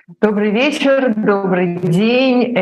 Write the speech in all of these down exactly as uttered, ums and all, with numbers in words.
Добрый вечер, добрый день.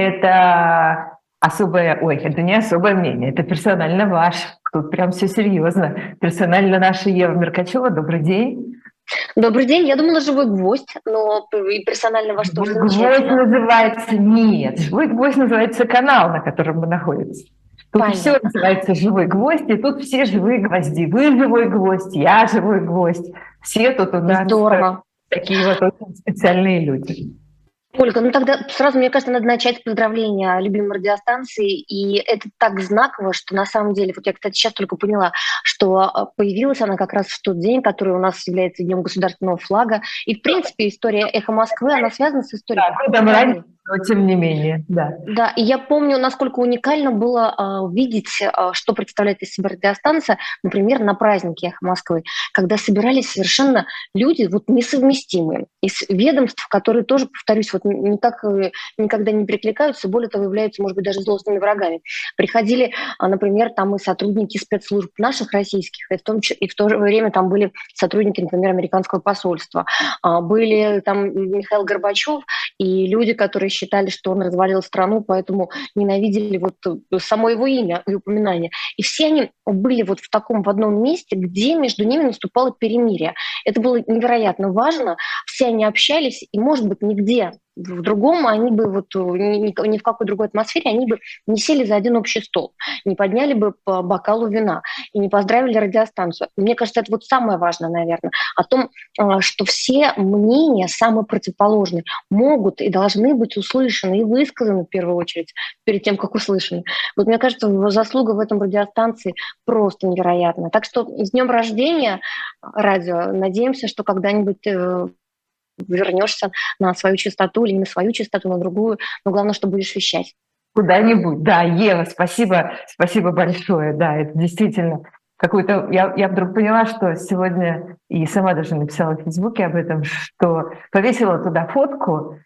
Это особое, ой, это не особое мнение, это персонально ваш. Тут прям все серьезно. Персонально наша Ева Меркачева. Добрый день. Добрый день. Я думала, живой гвоздь, но и персонально ваш тоже Живой гвоздь замечательно. называется, нет, живой гвоздь называется канал, на котором мы находимся. Тут все Понятно. называется живой гвоздь, и тут все живые гвозди. Вы живой гвоздь, я живой гвоздь. Все тут у нас э, Здорово. такие вот очень специальные люди. Ольга, ну тогда сразу, мне кажется, надо начать с поздравления любимой радиостанции. И это так знаково, что на самом деле, вот я, кстати, сейчас только поняла, что а, появилась она как раз в тот день, который у нас является Днем государственного флага. И, в принципе, история «Эхо Москвы», она связана с историей Да, годом раньше, страны. но тем не менее, да. Да, и я помню, насколько уникально было а, видеть, а, что представляет из себя радиостанция, например, на празднике «Эхо Москвы», когда собирались совершенно люди вот несовместимые из ведомств, которые тоже, повторюсь, вот никак, э, никогда не перекликаются, более того, являются, может быть, даже злостными врагами. Приходили, а, например, там и сотрудники спецслужб наших российских, и в, том, и в то же время там были сотрудники, например, американского посольства, а, были там Михаил Горбачев и люди, которые считали, что он развалил страну, поэтому ненавидели вот само его имя и упоминание. И все они были вот в таком в одном месте, где между ними наступало перемирие. Это было невероятно важно. Все они общались, и, может быть, нигде в другом они бы вот ни, ни в какой другой атмосфере они бы не сели за один общий стол, не подняли бы по бокалу вина и не поздравили радиостанцию. Мне кажется, это вот самое важное, наверное, о том, что все мнения самые противоположные могут и должны быть услышаны и высказаны в первую очередь перед тем, как услышаны. Вот мне кажется, заслуга в этом радиостанции просто невероятная. Так что с днем рождения, радио. Надеемся, что когда-нибудь ты вернешься на свою частоту или на свою частоту, на другую, но главное, что будешь вещать. Куда-нибудь, да, Ева, спасибо, спасибо большое, да, это действительно какой-то... Я, я вдруг поняла, что сегодня, и сама даже написала в Фейсбуке об этом, что повесила туда фотку,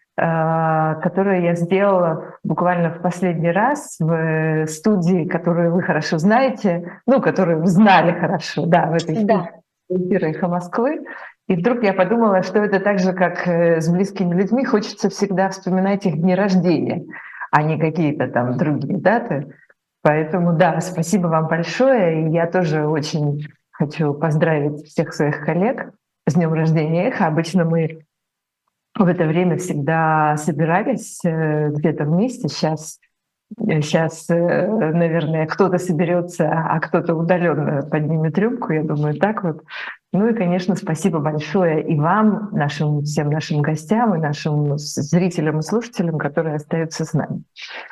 э, которую я сделала буквально в последний раз в студии, которую вы хорошо знаете, ну, которую вы знали хорошо, да, в этой Да. студии эфира «Эхо Москвы». И вдруг я подумала, что это так же, как с близкими людьми, хочется всегда вспоминать их дни рождения, а не какие-то там другие даты. Поэтому да, спасибо вам большое. И я тоже очень хочу поздравить всех своих коллег с днем рождения «Эхо». Обычно мы в это время всегда собирались где-то вместе. Сейчас, сейчас наверное, кто-то соберется, а кто-то удаленно поднимет рюмку. Я думаю, так вот. Ну и, конечно, спасибо большое и вам, нашим, всем нашим гостям, и нашим зрителям и слушателям, которые остаются с нами.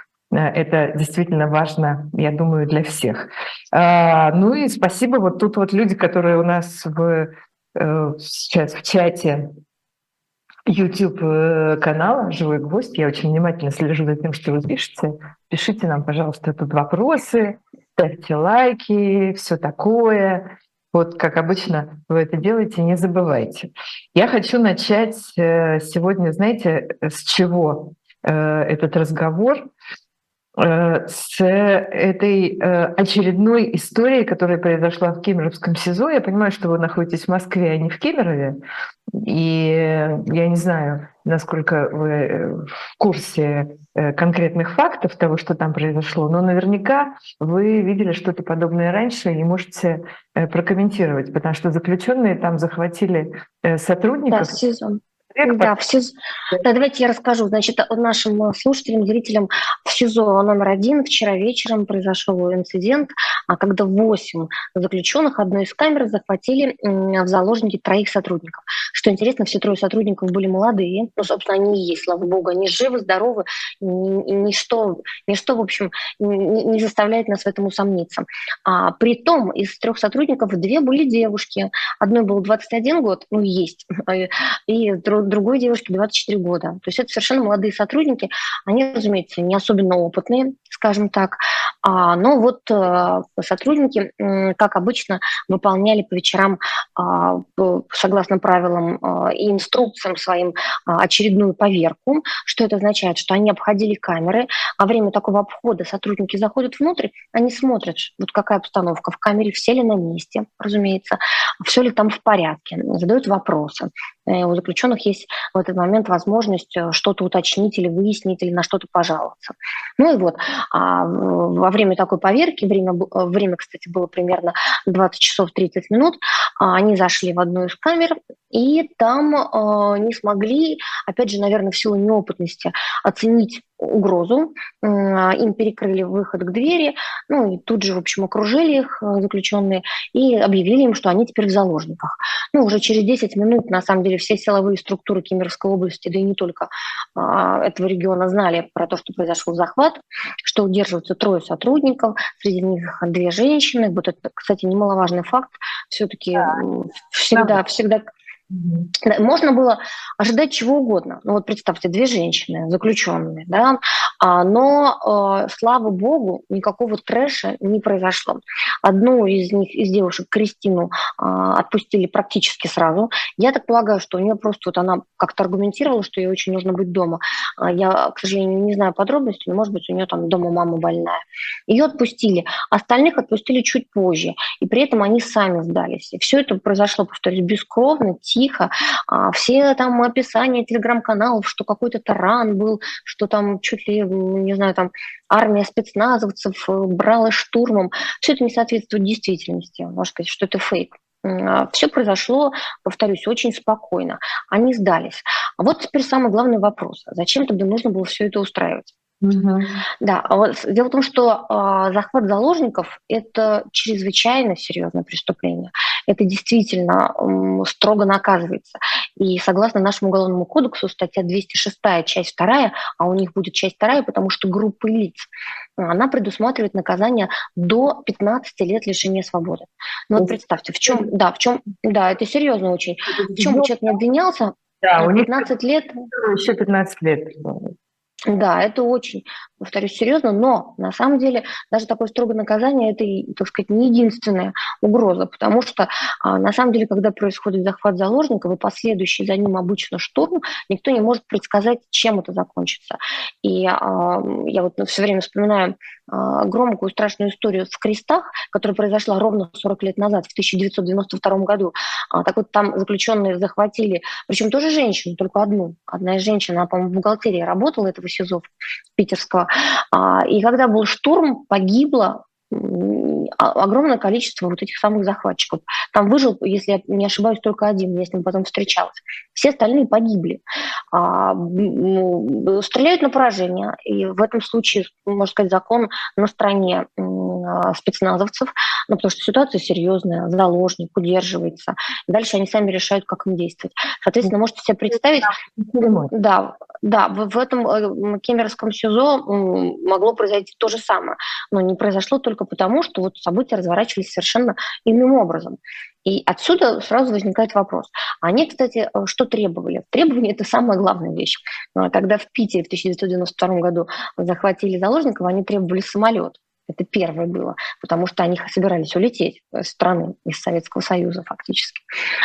Это действительно важно, я думаю, для всех. Ну и спасибо. Вот тут вот люди, которые у нас в, сейчас в чате YouTube-канала «Живой гвоздь». Я очень внимательно слежу за тем, что вы пишете. Пишите нам, пожалуйста, тут вопросы, ставьте лайки, все такое. Вот как обычно вы это делаете, не забывайте. Я хочу начать сегодня, знаете, с чего этот разговор? С этой очередной историей, которая произошла в Кемеровском СИЗО. Я понимаю, что вы находитесь в Москве, а не в Кемерове. И я не знаю, насколько вы в курсе конкретных фактов того, что там произошло, но наверняка вы видели что-то подобное раньше и можете прокомментировать, потому что заключенные там захватили сотрудников. Да, СИЗО. Да, в СИЗО. Да, давайте я расскажу. Значит, нашим слушателям, зрителям, в СИЗО номер один вчера вечером произошел инцидент, когда восемь заключенных одной из камер захватили в заложники троих сотрудников. Что интересно, все трое сотрудников были молодые. Ну, собственно, они и есть, слава богу. Они живы, здоровы. И ничто, ничто, в общем, не заставляет нас в этом усомниться. А, при том, из трех сотрудников две были девушки. Одной был двадцать один год, ну, есть, и другой девушке двадцать четыре года. То есть это совершенно молодые сотрудники. Они, разумеется, не особенно опытные, скажем так. А, но вот а, сотрудники, как обычно, выполняли по вечерам, а, согласно правилам а, и инструкциям своим, а, очередную поверку. Что это означает? Что они обходили камеры, а во время такого обхода сотрудники заходят внутрь, они смотрят, вот какая обстановка в камере, все ли на месте, разумеется, все ли там в порядке, задают вопросы. у заключенных есть в этот момент возможность что-то уточнить или выяснить, или на что-то пожаловаться. Ну и вот, а во время такой поверки, время, время, кстати, было примерно двадцать часов тридцать минут, они зашли в одну из камер, и там э, не смогли, опять же, наверное, в силу неопытности, оценить угрозу. Э, им перекрыли выход к двери, ну и тут же, в общем, окружили их э, заключенные и объявили им, что они теперь в заложниках. Ну, уже через десять минут, на самом деле, все силовые структуры Кемеровской области, да и не только э, этого региона, знали про то, что произошел захват, что удерживаются трое сотрудников, среди них две женщины. Вот это, кстати, немаловажный факт. Все-таки да. всегда, всегда... Mm-hmm. Можно было ожидать чего угодно. Ну вот представьте, две женщины, заключенные, да, но, э, слава богу, никакого трэша не произошло. Одну из них, из девушек, Кристину, э, отпустили практически сразу. Я так полагаю, что у нее просто вот она как-то аргументировала, что ей очень нужно быть дома. Я, к сожалению, не знаю подробностей, но, может быть, у нее там дома мама больная. Ее отпустили. Остальных отпустили чуть позже. И при этом они сами сдались. И все это произошло, повторюсь, бескровно, тихо. Тихо. Все там описания телеграм-каналов, что какой-то таран был, что там чуть ли, не знаю, там армия спецназовцев брала штурмом. Все это не соответствует действительности. Можно сказать, что это фейк. Все произошло, повторюсь, очень спокойно. Они сдались. А вот теперь самый главный вопрос. Зачем тогда нужно было все это устраивать? Mm-hmm. Да, вот дело в том, что э, захват заложников – это чрезвычайно серьезное преступление. Это действительно э, строго наказывается. И согласно нашему уголовному кодексу, статья двести шестая, часть вторая, а у них будет часть вторая, потому что группы лиц, она предусматривает наказание до пятнадцати лет лишения свободы. Ну вот представьте, в чем, да, в чем, да, это серьезно очень. В чем человек не обвинялся? Да, у них пятнадцать лет. Еще пятнадцать лет. Да, это очень, повторюсь, серьезно, но на самом деле даже такое строгое наказание – это, так сказать, не единственная угроза, потому что а, на самом деле, когда происходит захват заложников и последующий за ним обычно штурм, никто не может предсказать, чем это закончится. И а, я вот все время вспоминаю а, громкую страшную историю в Крестах, которая произошла ровно сорок лет назад, в тысяча девятьсот девяносто втором году. А, так вот там заключенные захватили, причем тоже женщину, только одну. Одна из женщин, она, по-моему, в бухгалтерии работала, этого СИЗО питерского. И когда был штурм, погибло огромное количество вот этих самых захватчиков. Там выжил, если я не ошибаюсь, только один, я с ним потом встречалась. Все остальные погибли. Стреляют на поражение, и в этом случае, можно сказать, закон на стороне спецназовцев, ну, потому что ситуация серьезная, заложник удерживается. И дальше они сами решают, как им действовать. Соответственно, можете себе представить, да, да, в, в этом Кемеровском СИЗО могло произойти то же самое, но не произошло только потому, что вот события разворачивались совершенно иным образом. И отсюда сразу возникает вопрос. Они, кстати, что требовали? Требования – это самая главная вещь. Когда в Питере в тысяча девятьсот девяносто втором году захватили заложников, они требовали самолет. Это первое было, потому что они собирались улететь из страны, из Советского Союза фактически.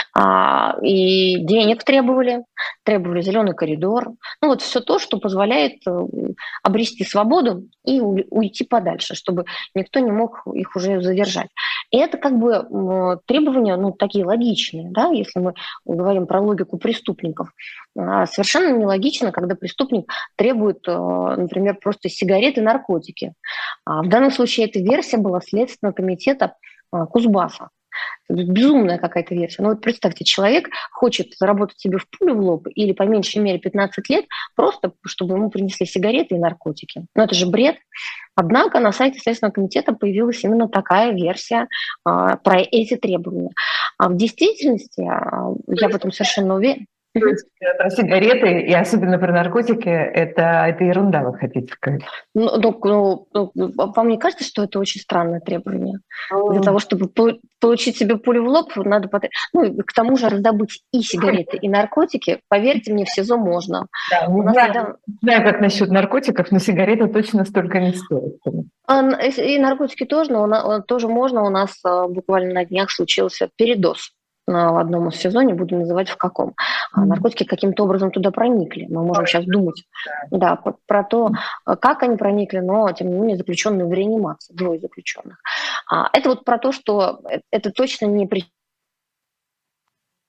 А, и денег требовали, требовали зеленый коридор. Ну вот все то, что позволяет обрести свободу и уйти подальше, чтобы никто не мог их уже задержать. И это как бы требования, ну, такие логичные, да, если мы говорим про логику преступников. Совершенно нелогично, когда преступник требует, например, просто сигареты и наркотики. В данном случае эта версия была Следственного комитета Кузбасса. Безумная какая-то версия. Ну вот представьте, человек хочет заработать себе в пулю в лоб или по меньшей мере пятнадцать лет, просто чтобы ему принесли сигареты и наркотики. Ну это же бред. Однако на сайте Следственного комитета появилась именно такая версия а, про эти требования. А в действительности, а, я в этом совершенно уверена. То есть про сигареты и особенно про наркотики это, это ерунда, вы хотите сказать? Ну, ну, ну, вам не кажется, что это очень странное требование? Mm. Для того, чтобы получить себе пулю в лоб, надо потом... Ну, к тому же раздобыть и сигареты, и наркотики, поверьте мне, в СИЗО можно. Да, не знаю, недавно... знаю, как насчет наркотиков, но сигареты точно столько не стоят. И наркотики тоже, но тоже можно. У нас буквально на днях случился передоз в одном из СИЗО, не буду называть в каком. Mm-hmm. Наркотики каким-то образом туда проникли. Мы можем сейчас думать mm-hmm. да, про, про то, как они проникли, но, тем не менее, заключенные в реанимации, двое заключенных. Это вот про то, что это точно не при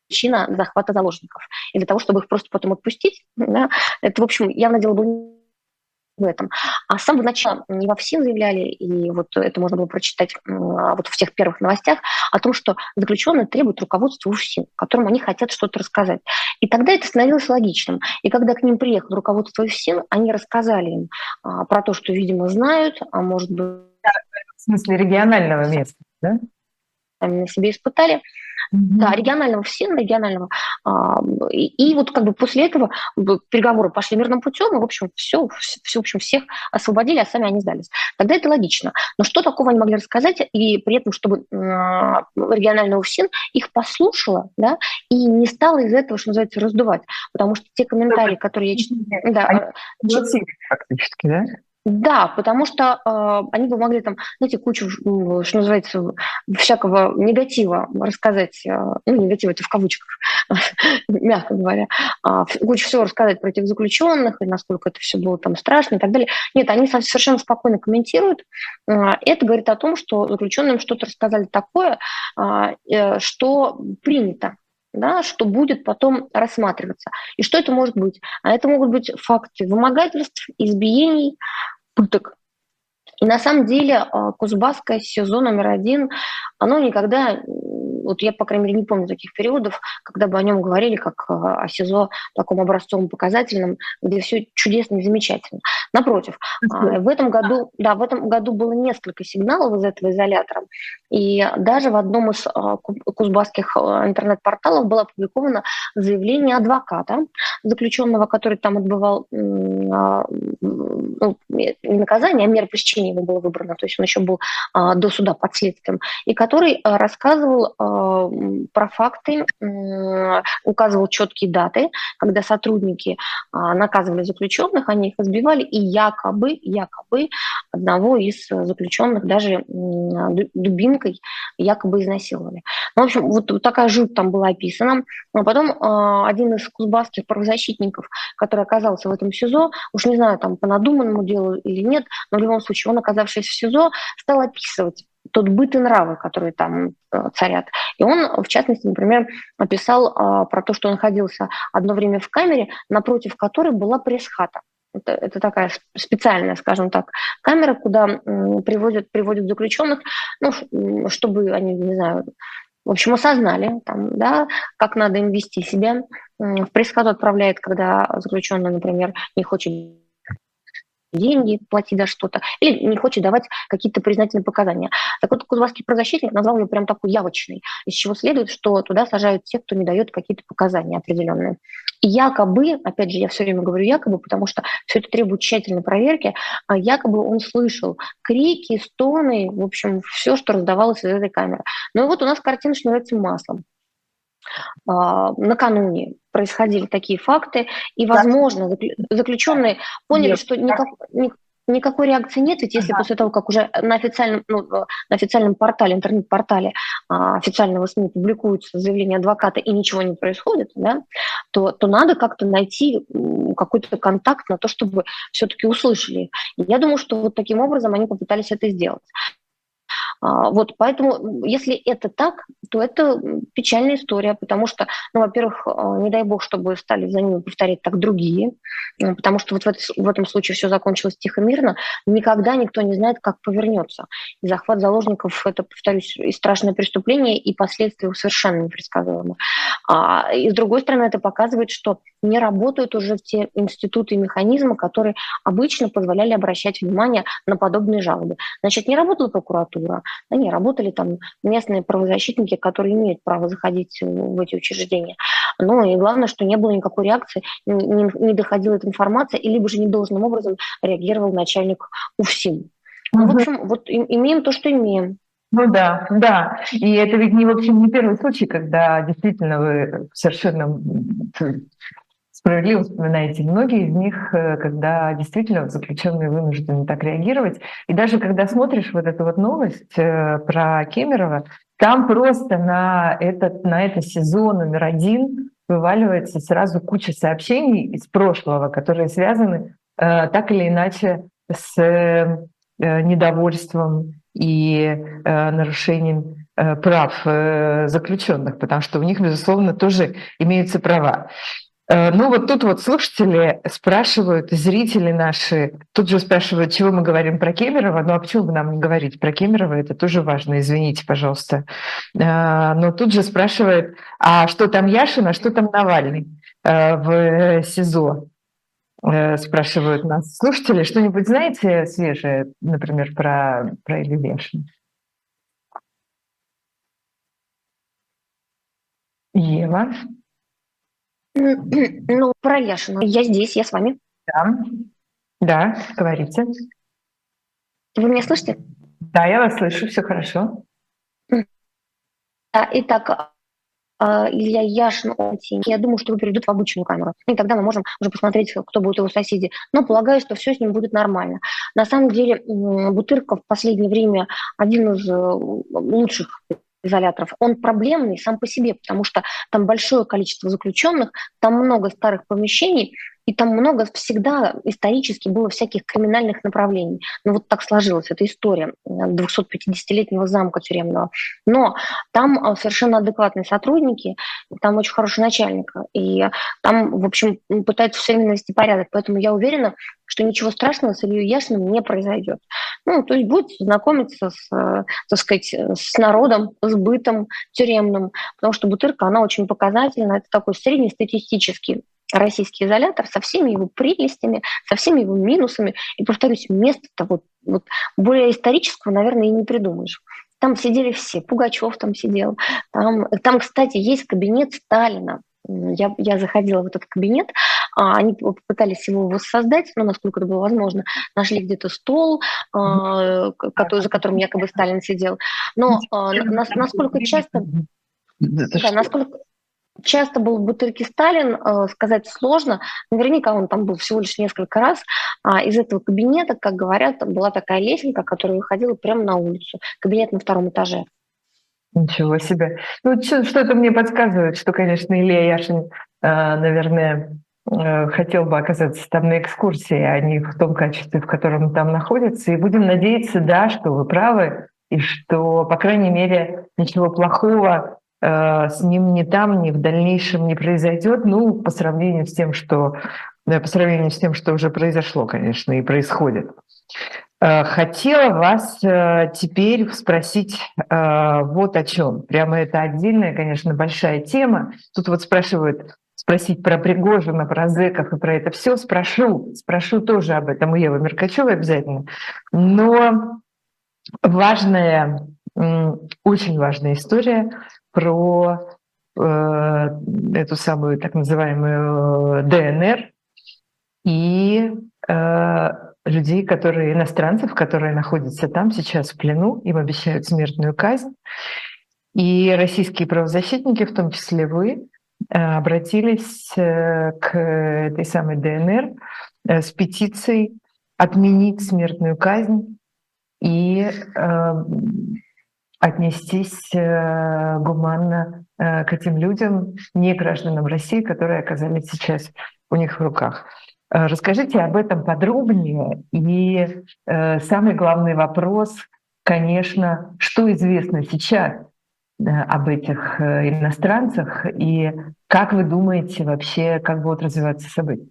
причина захвата заложников. И для того, чтобы их просто потом отпустить, да, это, в общем, явно дело было в этом. А с самого начала не во ВСИН заявляли, и вот это можно было прочитать вот в тех первых новостях, о том, что заключенные требуют руководства УФСИН, которому они хотят что-то рассказать. И тогда это становилось логичным. И когда к ним приехало руководство УФСИН, они рассказали им а, про то, что, видимо, знают, а может быть... В смысле регионального места, да? Сами на себе испытали. Mm-hmm. Да, регионального ФСИН, регионального. А, и, и вот как бы после этого переговоры пошли мирным путем, и, в общем, все, все, в общем, всех освободили, а сами они сдались. Тогда это логично. Но что такого они могли рассказать, и при этом, чтобы а, региональный ФСИН их послушала, да, и не стала из этого, что называется, раздувать. Потому что те комментарии, которые я читала... Да, они фактически, да? Да, потому что э, они бы могли там, знаете, кучу, что называется, всякого негатива рассказать, э, ну, негатив это в кавычках, мягко говоря, э, кучу всего рассказать про этих заключенных, и насколько это все было там страшно и так далее. Нет, они совершенно спокойно комментируют. Э, это говорит о том, что заключенным что-то рассказали такое, э, что принято. Да, что будет потом рассматриваться. И что это может быть? А это могут быть факты вымогательств, избиений, пыток. И на самом деле Кузбасское СИЗО номер один, оно никогда, вот я, по крайней мере, не помню таких периодов, когда бы о нем говорили как о СИЗО таком образцовом показательном, где все чудесно и замечательно. Напротив, okay. в этом году, да, в этом году было несколько сигналов из этого изолятора, и даже в одном из кузбасских интернет-порталов было опубликовано заявление адвоката заключенного, который там отбывал ну, не наказание, а мера пресечения ему было выбрано, то есть он еще был а, до суда под следствием, и который а, рассказывал а, про факты, а, указывал четкие даты, когда сотрудники а, наказывали заключенных, они их избивали, и якобы, якобы одного из заключенных даже а, дубинкой якобы изнасиловали. Ну, в общем, вот, вот такая жуть там была описана. А потом а, один из кузбасских правозащитников, который оказался в этом СИЗО, уж не знаю, там по надуманному делу или нет, но в любом случае он, оказавшись в СИЗО, стал описывать тот быт и нравы, которые там э, царят. И он, в частности, например, описал э, про то, что он находился одно время в камере, напротив которой была пресс-хата. Это, это такая специальная, скажем так, камера, куда э, приводят, приводят заключенных, ну, чтобы они, не знаю, в общем, осознали, там, да, как надо им вести себя. В пресс-хату отправляет, когда заключенный, например, не хочет деньги платить за что-то, или не хочет давать какие-то признательные показания. Так вот, кузбасский правозащитник назвал ее прям такой явочной, из чего следует, что туда сажают тех, кто не дает какие-то показания определенные. И якобы, опять же, я все время говорю якобы, потому что все это требует тщательной проверки, якобы он слышал крики, стоны, в общем, все, что раздавалось из этой камеры. Ну и вот у нас картина становится маслом. Накануне происходили такие факты, и, возможно, заключенные поняли, что никак, никакой реакции нет, ведь если ага. после того, как уже на официальном, ну, на официальном портале, интернет-портале официального СМИ публикуются заявления адвоката и ничего не происходит, да, то, то надо как-то найти какой-то контакт на то, чтобы все-таки услышали. И я думаю, что вот таким образом они попытались это сделать. Вот, поэтому, если это так, то это печальная история, потому что, ну, во-первых, не дай бог, чтобы стали за ними повторять так другие, потому что вот в, это, в этом случае все закончилось тихо, мирно, никогда никто не знает, как повернется. И захват заложников – это, повторюсь, и страшное преступление, и последствия совершенно непредсказуемы. А, и с другой стороны, это показывает, что не работают уже те институты и механизмы, которые обычно позволяли обращать внимание на подобные жалобы. Значит, не работала прокуратура, они работали там местные правозащитники, которые имеют право заходить в эти учреждения. Ну и главное, что не было никакой реакции, не, не доходила эта информация, и либо же недолжным образом реагировал начальник УФСИН. Ну, угу. В общем, вот имеем то, что имеем. Ну да, да. И это ведь не, в общем, не первый случай, когда действительно вы совершенно справедливо вспоминаете многие из них, когда действительно заключенные вынуждены так реагировать. И даже когда смотришь вот эту вот новость про Кемерово, там просто на, этот, на это СИЗО номер один вываливается сразу куча сообщений из прошлого, которые связаны э, так или иначе с э, недовольством и э, нарушением прав заключенных, потому что у них, безусловно, тоже имеются права. Ну вот тут вот слушатели спрашивают, зрители наши, тут же спрашивают, чего мы говорим про Кемерова, ну а почему бы нам не говорить про Кемерова, это тоже важно, извините, пожалуйста. Но тут же спрашивают, а что там Яшин, а что там Навальный в СИЗО, спрашивают нас слушатели. Что-нибудь знаете свежее, например, про, про Илью Яшина? Ева? Ну, про Яшина. Я здесь, я с вами. Да, да, говорите. Вы меня слышите? Да, я вас слышу, все хорошо. Да, итак, Илья Яшин, я думаю, что его перейдут в обычную камеру. И тогда мы можем уже посмотреть, кто будут его соседи. Но полагаю, что все с ним будет нормально. На самом деле, Бутырка в последнее время один из лучших изоляторов. Он проблемный сам по себе, потому что там большое количество заключенных, там много старых помещений, и там много всегда исторически было всяких криминальных направлений. Ну вот так сложилась эта история двухсотпятидесятилетнего замка тюремного. Но там совершенно адекватные сотрудники, там очень хороший начальник, и там, в общем, пытаются все время навести порядок. Поэтому я уверена, что ничего страшного с Ильей Яшиным не произойдет. Ну, то есть будет знакомиться с, так сказать, с народом, с бытом тюремным, потому что Бутырка, она очень показательна. Это такой среднестатистический российский изолятор со всеми его прелестями, со всеми его минусами. И, повторюсь, места-то вот, вот более исторического, наверное, и не придумаешь. Там сидели все. Пугачев там сидел. Там, там кстати, есть кабинет Сталина. Я, я заходила в этот кабинет, они попытались его воссоздать, ну, насколько это было возможно. Нашли где-то стол, который, за которым якобы Сталин сидел. Но насколько часто... Да, насколько... Часто был в Бутырке Сталин, э, сказать сложно. Наверняка он там был всего лишь несколько раз. А из этого кабинета, как говорят, там была такая лесенка, которая выходила прямо на улицу. Кабинет на втором этаже. Ничего себе. Ну, что-то мне подсказывает, что, конечно, Илья Яшин, э, наверное, э, хотел бы оказаться там на экскурсии, а не в том качестве, в котором он там находится. И будем надеяться, да, что вы правы, и что, по крайней мере, ничего плохого с ним ни там, ни в дальнейшем не произойдет, ну, по сравнению с тем, что, да, по сравнению с тем, что уже произошло, конечно, и происходит. Хотела вас теперь спросить вот о чем. Прямо это отдельная, конечно, большая тема. Тут вот спрашивают, спросить про Пригожина, про зэков и про это все. Спрошу, спрошу тоже об этом у Евы Меркачевой обязательно. Но важная, очень важная история про э, эту самую так называемую ДНР и э, людей, которые, иностранцев, которые находятся там сейчас в плену, им обещают смертную казнь. И российские правозащитники, в том числе вы, э, обратились э, к этой самой ДНР э, с петицией отменить смертную казнь и э, отнестись э, гуманно э, к этим людям, не гражданам России, которые оказались сейчас у них в руках. Э, расскажите об этом подробнее. И э, самый главный вопрос, конечно, что известно сейчас э, об этих э, иностранцах и как вы думаете вообще, как будут развиваться события?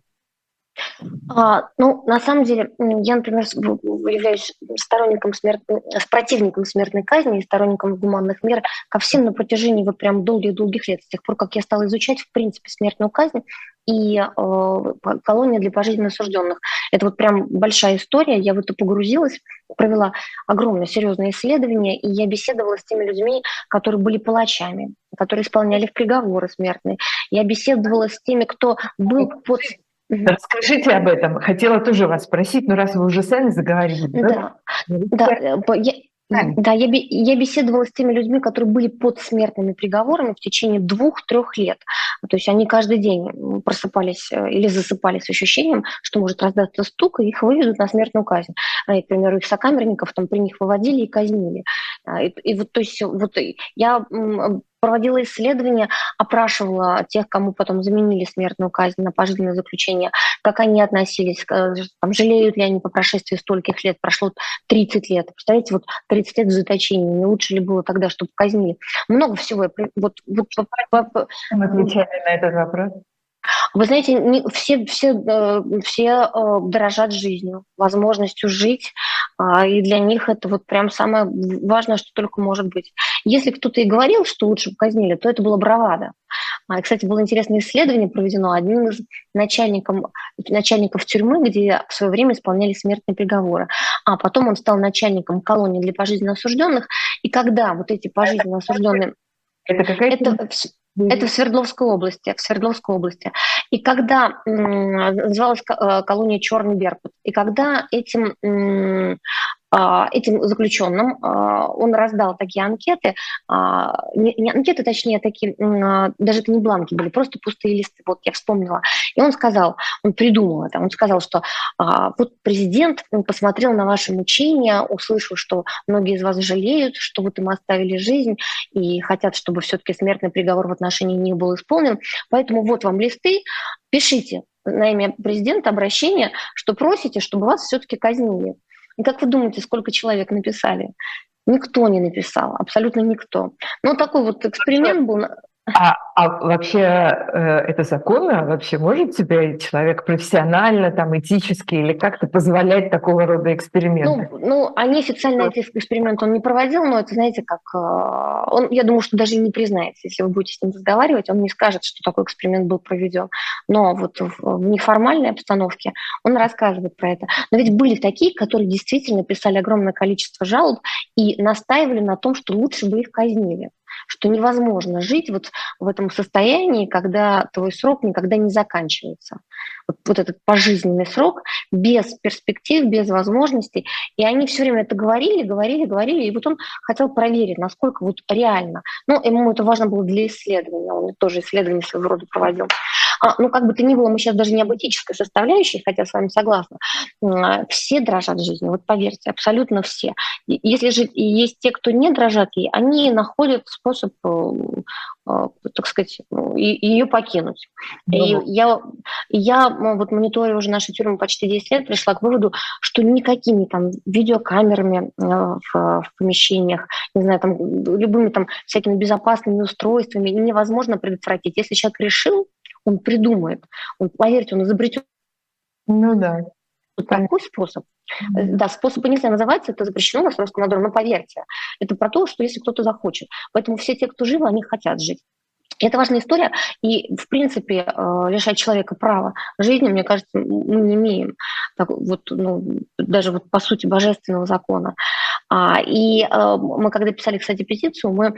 А, ну, на самом деле, я, например, являюсь сторонником смерти, с противником смертной казни и сторонником гуманных мер ко всем на протяжении вот прям долгих-долгих лет, с тех пор, как я стала изучать, в принципе, смертную казнь и э, колония для пожизненно осужденных. Это вот прям большая история, я в это погрузилась, провела огромное серьезное исследование, и я беседовала с теми людьми, которые были палачами, которые исполняли приговоры смертные. Я беседовала с теми, кто был под... Расскажите об этом. Хотела тоже вас спросить, но раз вы уже сами заговорили. Да, да, да, я, да я, я беседовала с теми людьми, которые были под смертными приговорами в течение двух-трех лет. То есть они каждый день просыпались или засыпали с ощущением, что может раздаться стук, и их выведут на смертную казнь. И, к примеру, их сокамерников там при них выводили и казнили. И, и вот, то есть, вот я проводила исследования, опрашивала тех, кому потом заменили смертную казнь на пожизненное заключение, как они относились, там, жалеют ли они по прошествии стольких лет, прошло тридцать лет. Представляете, вот тридцать лет в заточении, не лучше ли было тогда, чтобы казнили? Много всего. Вот, вот, Мы отвечали на этот вопрос. Вы знаете, не, все, все, все дорожат жизнью, возможностью жить, и для них это вот прям самое важное, что только может быть. Если кто-то и говорил, что лучше бы казнили, то это было бравада. Кстати, было интересное исследование проведено одним из начальников, начальников тюрьмы, где в свое время исполняли смертные приговоры. А потом он стал начальником колонии для пожизненно осужденных. И когда вот эти пожизненно осужденные... Это какая это, это в Свердловской области, в Свердловской области. И когда называлась колония «Черный Беркут», и когда этим, этим заключенным он раздал такие анкеты, не анкеты, точнее, такие, даже это не бланки были, просто пустые листы, вот я вспомнила. И он сказал, он придумал это, он сказал, что вот президент посмотрел на ваши мучения, услышал, что многие из вас жалеют, что вот им оставили жизнь и хотят, чтобы все-таки смертный приговор в отношении них был исполнен. Поэтому вот вам листы, пишите на имя президента обращение, что просите, чтобы вас все-таки казнили. И как вы думаете, сколько человек написали? Никто не написал, абсолютно никто. Но такой вот эксперимент был. А, а вообще э, это законно? Вообще может себе человек профессионально, там, этически или как-то позволять такого рода эксперименты? Ну, ну они официально эти эксперименты он не проводил, но это, знаете, как... Э, он, я думаю, что даже и не признается. Если вы будете с ним разговаривать, он не скажет, что такой эксперимент был проведен. Но вот в, в неформальной обстановке он рассказывает про это. Но ведь были такие, которые действительно писали огромное количество жалоб и настаивали на том, что лучше бы их казнили. Что невозможно жить вот в этом состоянии, когда твой срок никогда не заканчивается. Вот, вот этот пожизненный срок без перспектив, без возможностей. И они все время это говорили, говорили, говорили. И вот он хотел проверить, насколько вот реально. Ну, ему это важно было для исследования. Он тоже исследование своего рода проводил. А, ну, как бы то ни было, мы сейчас даже не об этической составляющей, хотя с вами согласна. Все дрожат жизнью, вот поверьте, абсолютно все. Если же есть те, кто не дрожат ей, они находят способ, так сказать, ее покинуть. Да. И я, я вот мониторю уже наши тюрьмы почти десять лет, пришла к выводу, что никакими там видеокамерами в, в помещениях, не знаю, там любыми там всякими безопасными устройствами невозможно предотвратить. Если человек решил, он придумает, он, поверьте, он изобретет. Ну да. Такой способ. Mm-hmm. Да, способы нельзя называться, это запрещено у нас в Роскомнадзоре, но поверьте, это про то, что если кто-то захочет. Поэтому все те, кто живы, они хотят жить. И это важная история, и, в принципе, лишать человека права жизни, мне кажется, мы не имеем так, вот, ну, даже вот по сути божественного закона. И мы, когда писали, кстати, петицию, мы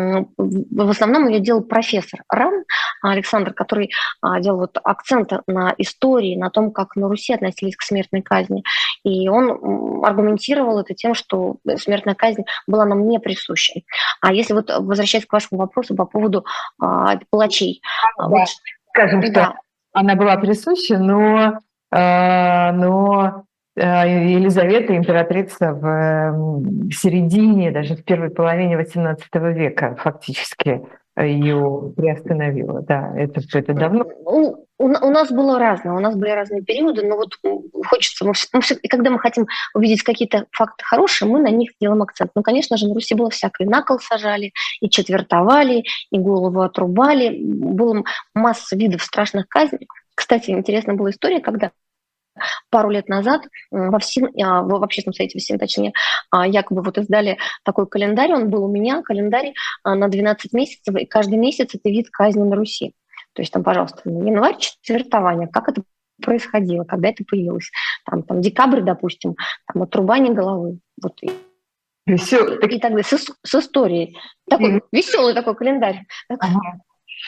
в основном ее делал профессор Ран Александр, который делал вот акцент на истории, на том, как на Руси относились к смертной казни. И он аргументировал это тем, что смертная казнь была нам не присуща. А если вот возвращаясь к вашему вопросу по поводу а, палачей. Да, вот, скажем, да. Что она была присуща, но, а, но Елизавета, императрица, в середине, даже в первой половине восемнадцатого века фактически ее приостановила. Да, это, это давно. У, у нас было разное, у нас были разные периоды, но вот хочется, мы, мы все, и когда мы хотим увидеть какие-то факты хорошие, мы на них делаем акцент. Ну, конечно же, на Руси было всякое. На кол сажали, и четвертовали, и голову отрубали. Было масса видов страшных казней. Кстати, интересная была история, когда пару лет назад во ВСИН, в общественном совете ВСИН, точнее, якобы вот издали такой календарь, он был у меня, календарь на двенадцать месяцев, и каждый месяц это вид казни на Руси. То есть там, пожалуйста, январь, четвертование, как это происходило, когда это появилось. Там, там декабрь, допустим, там отрубание головы. Вот. Весел... И, и так далее, с, с историей. Такой mm. веселый такой календарь. Ага.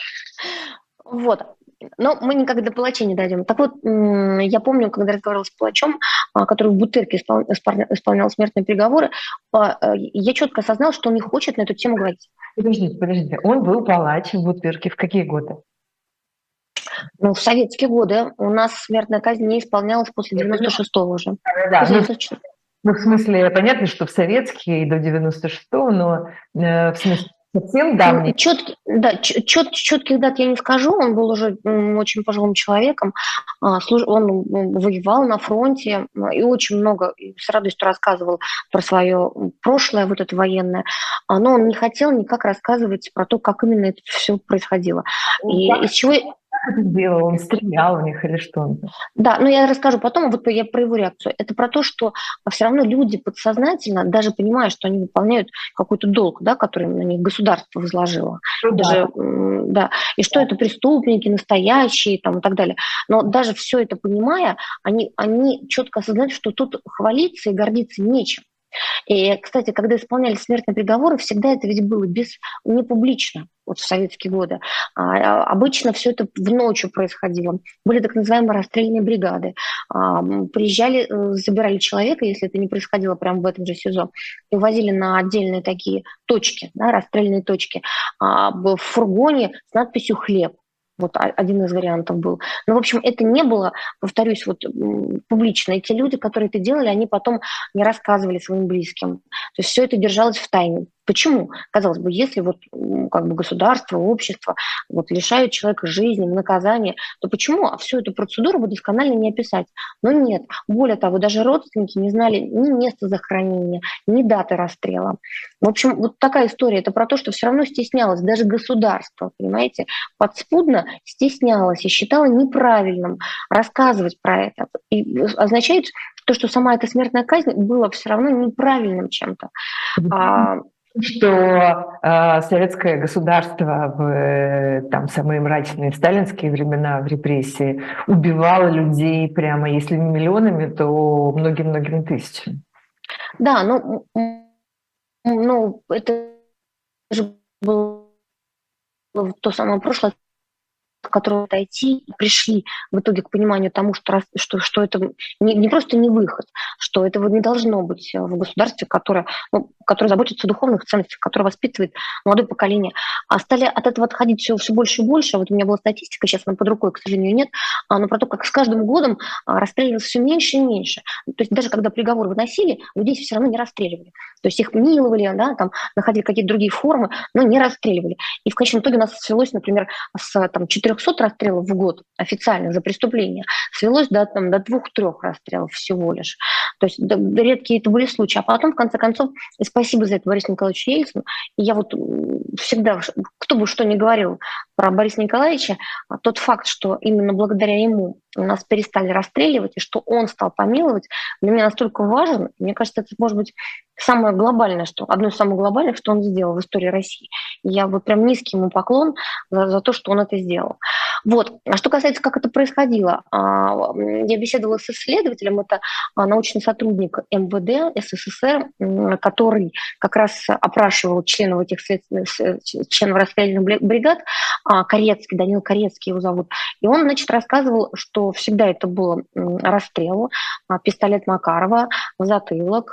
Вот. Но мы никогда до палачей не дойдем. Так вот, я помню, когда разговаривала с палачом, который в Бутырке исполнял смертные приговоры, я четко осознала, что он не хочет на эту тему говорить. Подождите, подождите. Он был палач в Бутырке в какие годы? Ну, в советские годы. У нас смертная казнь не исполнялась после девяносто шестого уже. Да, да. Ну, в смысле, понятно, что в советские и до девяносто шестого, но э, в смысле Совсем давний? Четкий, да, чет, четких дат я не скажу, он был уже очень пожилым человеком, он воевал на фронте и очень много, с радостью рассказывал про свое прошлое, вот это военное, но он не хотел никак рассказывать про то, как именно это все происходило. И из чего... Как это делал? Он стрелял в них или что? Да, но я расскажу потом, вот я про его реакцию. Это про то, что все равно люди подсознательно, даже понимая, что они выполняют какой-то долг, да, который на них государство возложило, ну, даже, да. Да, и что да. Это преступники настоящие там, и так далее. Но даже все это понимая, они, они четко осознают, что тут хвалиться и гордиться нечем. И, кстати, когда исполняли смертные приговоры, всегда это ведь было без, не публично, вот в советские годы. А, обычно все это в ночью происходило. Были так называемые расстрельные бригады. А, приезжали, забирали человека, если это не происходило прямо в этом же СИЗО, и увозили на отдельные такие точки, да, расстрельные точки, а, в фургоне с надписью «Хлеб». Вот один из вариантов был. Но, в общем, это не было, повторюсь, вот публично. И те люди, которые это делали, они потом не рассказывали своим близким. То есть все это держалось в тайне. Почему? Казалось бы, если вот как бы государство, общество вот, лишают человека жизни, наказания, то почему всю эту процедуру бы досконально не описать? Но нет. Более того, даже родственники не знали ни места захоронения, ни даты расстрела. В общем, вот такая история. Это про то, что все равно стеснялось даже государство, понимаете, подспудно стеснялось и считало неправильным рассказывать про это. И означает то, что сама эта смертная казнь была все равно неправильным чем-то. Что э, советское государство в там, самые мрачные сталинские времена в репрессии убивало людей прямо, если не миллионами, то многим-многим тысячами. Да, ну, ну это же было то самое прошлое, к которому дойти, пришли в итоге к пониманию тому, что, что, что это не, не просто не выход, что этого не должно быть в государстве, которое, ну, которое заботится о духовных ценностях, которое воспитывает молодое поколение. А стали от этого отходить все, все больше и больше. Вот у меня была статистика, сейчас она под рукой, к сожалению, нет, но про то, как с каждым годом расстреливалось все меньше и меньше. То есть даже когда приговор выносили, людей все равно не расстреливали. То есть их миловали, да, там, находили какие-то другие формы, но не расстреливали. И в конечном итоге у нас свелось, например, с там, четырехсот расстрелов в год официально за преступление, свелось до, там, до двух-трех расстрелов всего лишь. То есть да, редкие это были случаи. А потом, в конце концов, и спасибо за это Борису Николаевичу Ельцину, и я вот всегда, кто бы что ни говорил про Бориса Николаевича, тот факт, что именно благодаря ему нас перестали расстреливать, и что он стал помиловать, для меня настолько важен. Мне кажется, это может быть самое глобальное, что, одно из самых глобальных, что он сделал в истории России. И я вот прям низкий ему поклон за, за то, что он это сделал. Вот. А что касается, как это происходило, я беседовала с исследователем, это научный сотрудник эм вэ дэ СССР, который как раз опрашивал членов этих членов расстрельных бригад, Корецкий, Данил Корецкий его зовут, и он, значит, рассказывал, что всегда это было расстрел, пистолет Макарова, затылок.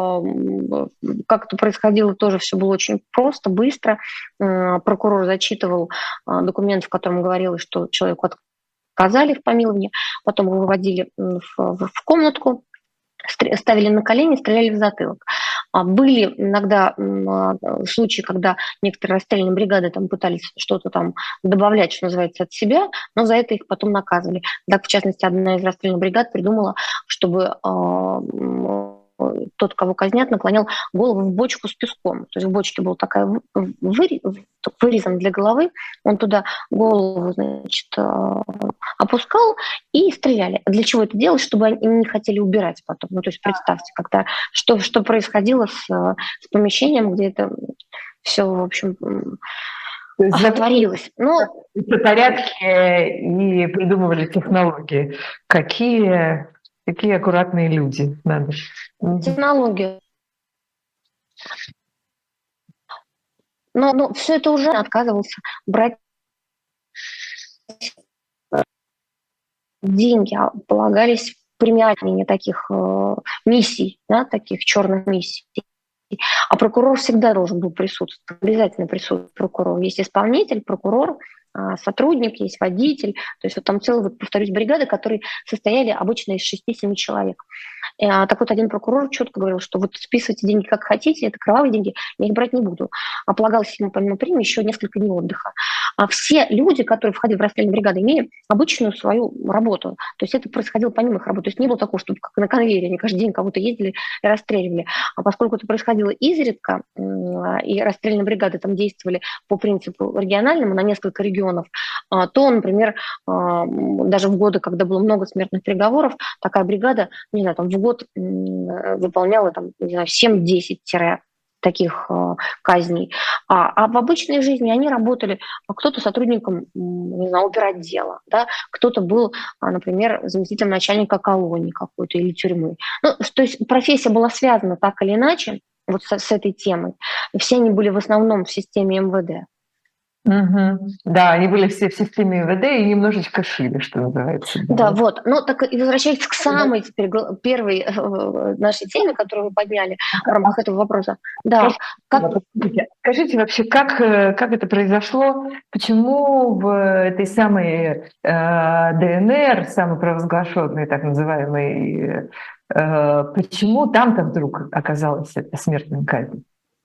Как это происходило, тоже все было очень просто, быстро. Прокурор зачитывал документ, в котором говорилось, что человеку отказали в помиловании, потом его выводили в, в, в комнатку, ставили на колени, стреляли в затылок. Были иногда случаи, когда некоторые расстрельные бригады там пытались что-то там добавлять, что называется, от себя, но за это их потом наказывали. Так, в частности, одна из расстрельных бригад придумала, чтобы тот, кого казнят, наклонял голову в бочку с песком. То есть в бочке была такая вырезан для головы, он туда голову, значит, опускал и стреляли. Для чего это делать? Чтобы они не хотели убирать потом. Ну, то есть представьте, когда, что, что происходило с, с помещением, где это все, в общем, творилось. Ну, по порядке и придумывали технологии. Какие... Какие аккуратные люди надо. Технологию. Но, но все это уже отказывался брать деньги, а полагались премиальные таких э, миссий, да, таких черных миссий. А прокурор всегда должен был присутствовать, обязательно присутствовать прокурор. Есть исполнитель, прокурор, а, сотрудник, есть водитель. То есть вот там целые, вот, повторюсь, бригады, которые состояли обычно из шести-семи человек. А, так вот, один прокурор четко говорил, что вот списывайте деньги как хотите, это кровавые деньги, я их брать не буду. А полагалось ему помимо премии еще несколько дней отдыха. А все люди, которые входили в расстрельные бригады, имели обычную свою работу. То есть это происходило помимо их работы. То есть не было такого, чтобы как на конвейере они каждый день кого-то ездили и расстреливали. А поскольку это происходило изредка, и расстрельные бригады там действовали по принципу региональному на несколько регионов, то, например, даже в годы, когда было много смертных приговоров, такая бригада, не знаю, там в год выполняла там, не знаю, семь-десять таких э, казней. А, а в обычной жизни они работали, кто-то сотрудником, не знаю, оперотдела, да, кто-то был, например, заместителем начальника колонии какой-то или тюрьмы. Ну, то есть профессия была связана так или иначе вот с, с этой темой. И все они были в основном в системе эм вэ дэ. Угу. Да, они были все в системе эм вэ дэ и немножечко шили, что называется. Да, да, вот. Ну, так и возвращаясь к самой теперь первой э, нашей теме, которую вы подняли в рамках этого вопроса. Да. Как... Скажите вообще, как, как это произошло? Почему в этой самой э, дэ эн эр, самопровозглашенной так называемой, э, почему там-то вдруг оказалась эта смертная казнь?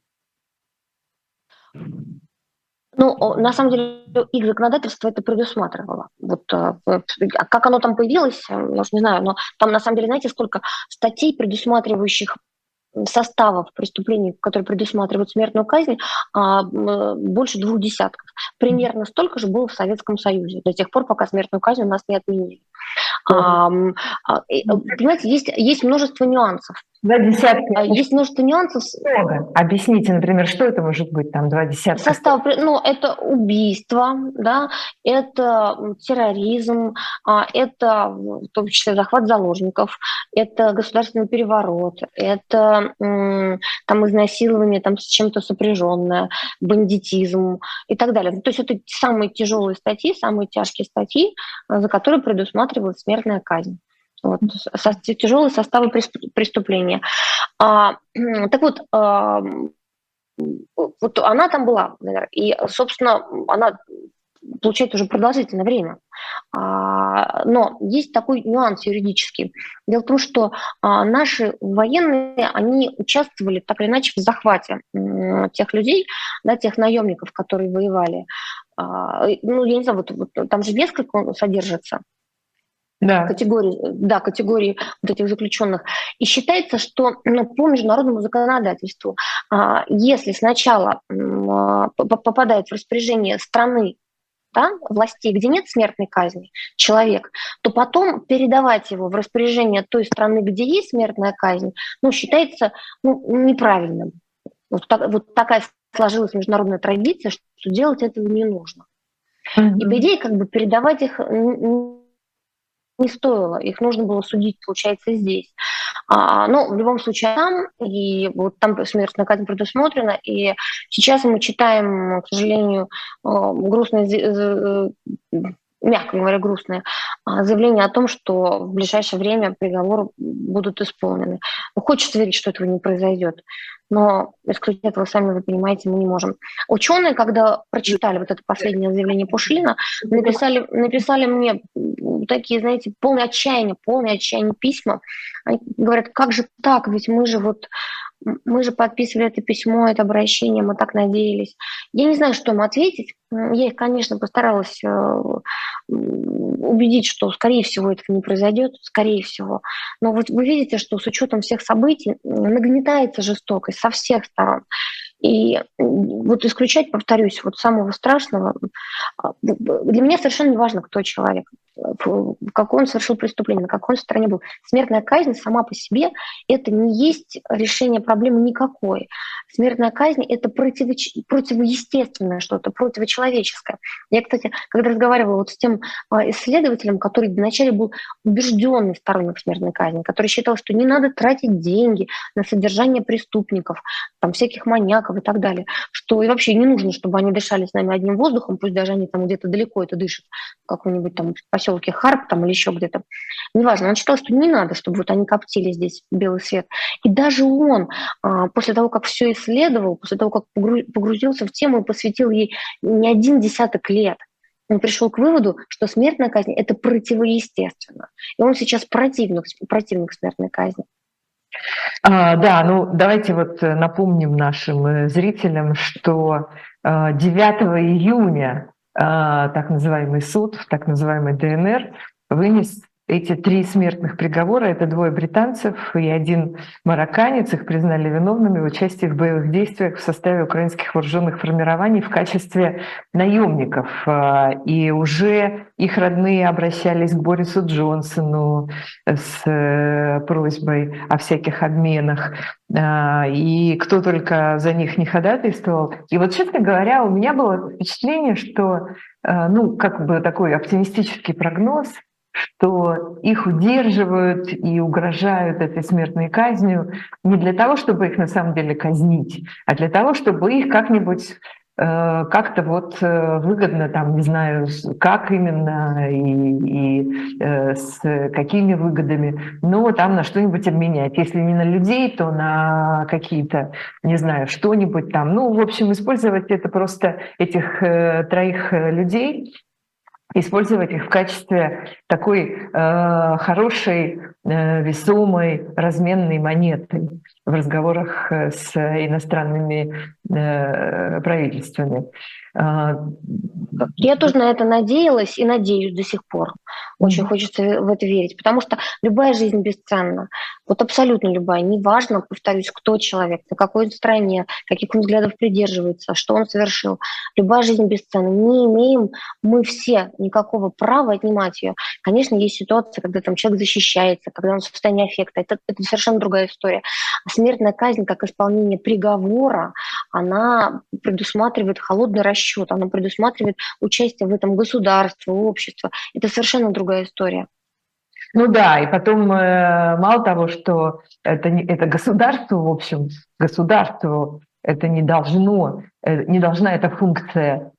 Ну, на самом деле, их законодательство это предусматривало. Вот как оно там появилось, я уже не знаю, но там, на самом деле, знаете, сколько статей, предусматривающих составов преступлений, которые предусматривают смертную казнь, больше двух десятков. Примерно столько же было в Советском Союзе, до тех пор, пока смертную казнь у нас не отменили. Mm. А, понимаете, есть, есть множество нюансов. Два десятка. Есть множество нюансов. Много. Объясните, например, что это может быть, там, два десятка? Состав, ну, это убийство, да, это терроризм, это в том числе захват заложников, это государственный переворот, это там изнасилование там, с чем-то сопряженное, бандитизм и так далее. То есть это самые тяжелые статьи, самые тяжкие статьи, за которые предусматривалась смертная казнь. Вот, со, тяжелые составы преступления. А, так вот, а, вот она там была, и, собственно, она получает уже продолжительное время. А, но есть такой нюанс юридический. Дело в том, что а, наши военные, они участвовали так или иначе в захвате м, тех людей, да, тех наемников, которые воевали. А, ну, я не знаю, вот, вот, там же несколько содержится. Да. Категории, да, категории вот этих заключенных. И считается, что ну, по международному законодательству, а, если сначала а, попадает в распоряжение страны, да, властей, где нет смертной казни, человек, то потом передавать его в распоряжение той страны, где есть смертная казнь, ну, считается ну, неправильным. Вот, так, вот такая сложилась международная традиция, что делать этого не нужно. Mm-hmm. И по идее, как бы передавать их не стоило, их нужно было судить, получается, здесь. А, но в любом случае там, и вот там смертная казнь предусмотрена, и сейчас мы читаем, к сожалению, грустные, мягко говоря, грустное заявление о том, что в ближайшее время приговоры будут исполнены. Хочется верить, что этого не произойдет, но исключить этого, сами вы понимаете, мы не можем. Ученые, когда прочитали вот это последнее заявление Пушилина, написали, написали мне такие, знаете, полные отчаяния, полные отчаяния письма. Они говорят, как же так, ведь мы же вот мы же подписывали это письмо, это обращение, мы так надеялись. Я не знаю, что им ответить. Я их, конечно, постаралась убедить, что, скорее всего, этого не произойдет, скорее всего. Но вот вы видите, что с учетом всех событий нагнетается жестокость со всех сторон. И вот исключать, повторюсь, вот самого страшного, для меня совершенно не важно, кто человек, какое он совершил преступление, на какой он стороне был. Смертная казнь сама по себе – это не есть решение проблемы никакой. Смертная казнь – это против, противоестественное что-то, противочеловеческое. Я, кстати, когда разговаривала вот с тем исследователем, который вначале был убежденный сторонник смертной казни, который считал, что не надо тратить деньги на содержание преступников, там, всяких маньяков и так далее, что и вообще не нужно, чтобы они дышали с нами одним воздухом, пусть даже они там где-то далеко это дышат, в каком-нибудь там поселке Харп там, или еще где-то. Неважно, он считал, что не надо, чтобы вот они коптили здесь белый свет. И даже он, после того, как все исследовал, после того, как погрузился в тему и посвятил ей не один десяток лет, он пришел к выводу, что смертная казнь – это противоестественно. И он сейчас противник, противник смертной казни. А, да, ну давайте вот напомним нашим э, зрителям, что э, девятого июня э, так называемый суд, так называемый Д Н Р, вынес эти три смертных приговора. Это двое британцев и один марокканец. Их признали виновными в участии в боевых действиях в составе украинских вооруженных формирований в качестве наемников. И уже их родные обращались к Борису Джонсону с просьбой о всяких обменах. И кто только за них не ходатайствовал. И вот, честно говоря, у меня было впечатление, что, ну, как бы такой оптимистический прогноз, что их удерживают и угрожают этой смертной казнью не для того, чтобы их на самом деле казнить, а для того, чтобы их как-нибудь э, как-то вот э, выгодно, там, не знаю, как именно и, и э, с какими выгодами, но там на что-нибудь обменять. Если не на людей, то на какие-то, не знаю, что-нибудь там. Ну, в общем, использовать это просто этих э, троих людей, использовать их в качестве такой э, хорошей, э, весомой, разменной монеты в разговорах с иностранными э, правительствами. Я тоже на это надеялась и надеюсь до сих пор. Очень mm-hmm. хочется в это верить, потому что любая жизнь бесценна. Вот абсолютно любая. Неважно, повторюсь, кто человек, на какой стране, каких он взглядов придерживается, что он совершил. Любая жизнь бесценна. Не имеем мы все никакого права отнимать ее. Конечно, есть ситуации, когда там человек защищается, когда он в состоянии аффекта. Это, это совершенно другая история. А смертная казнь, как исполнение приговора, она предусматривает холодный расчет, она предусматривает участие в этом государства, общества. Это совершенно другая история. Ну да, и потом мало того, что это, это государство, в общем, государству это не должно, не должна эта функция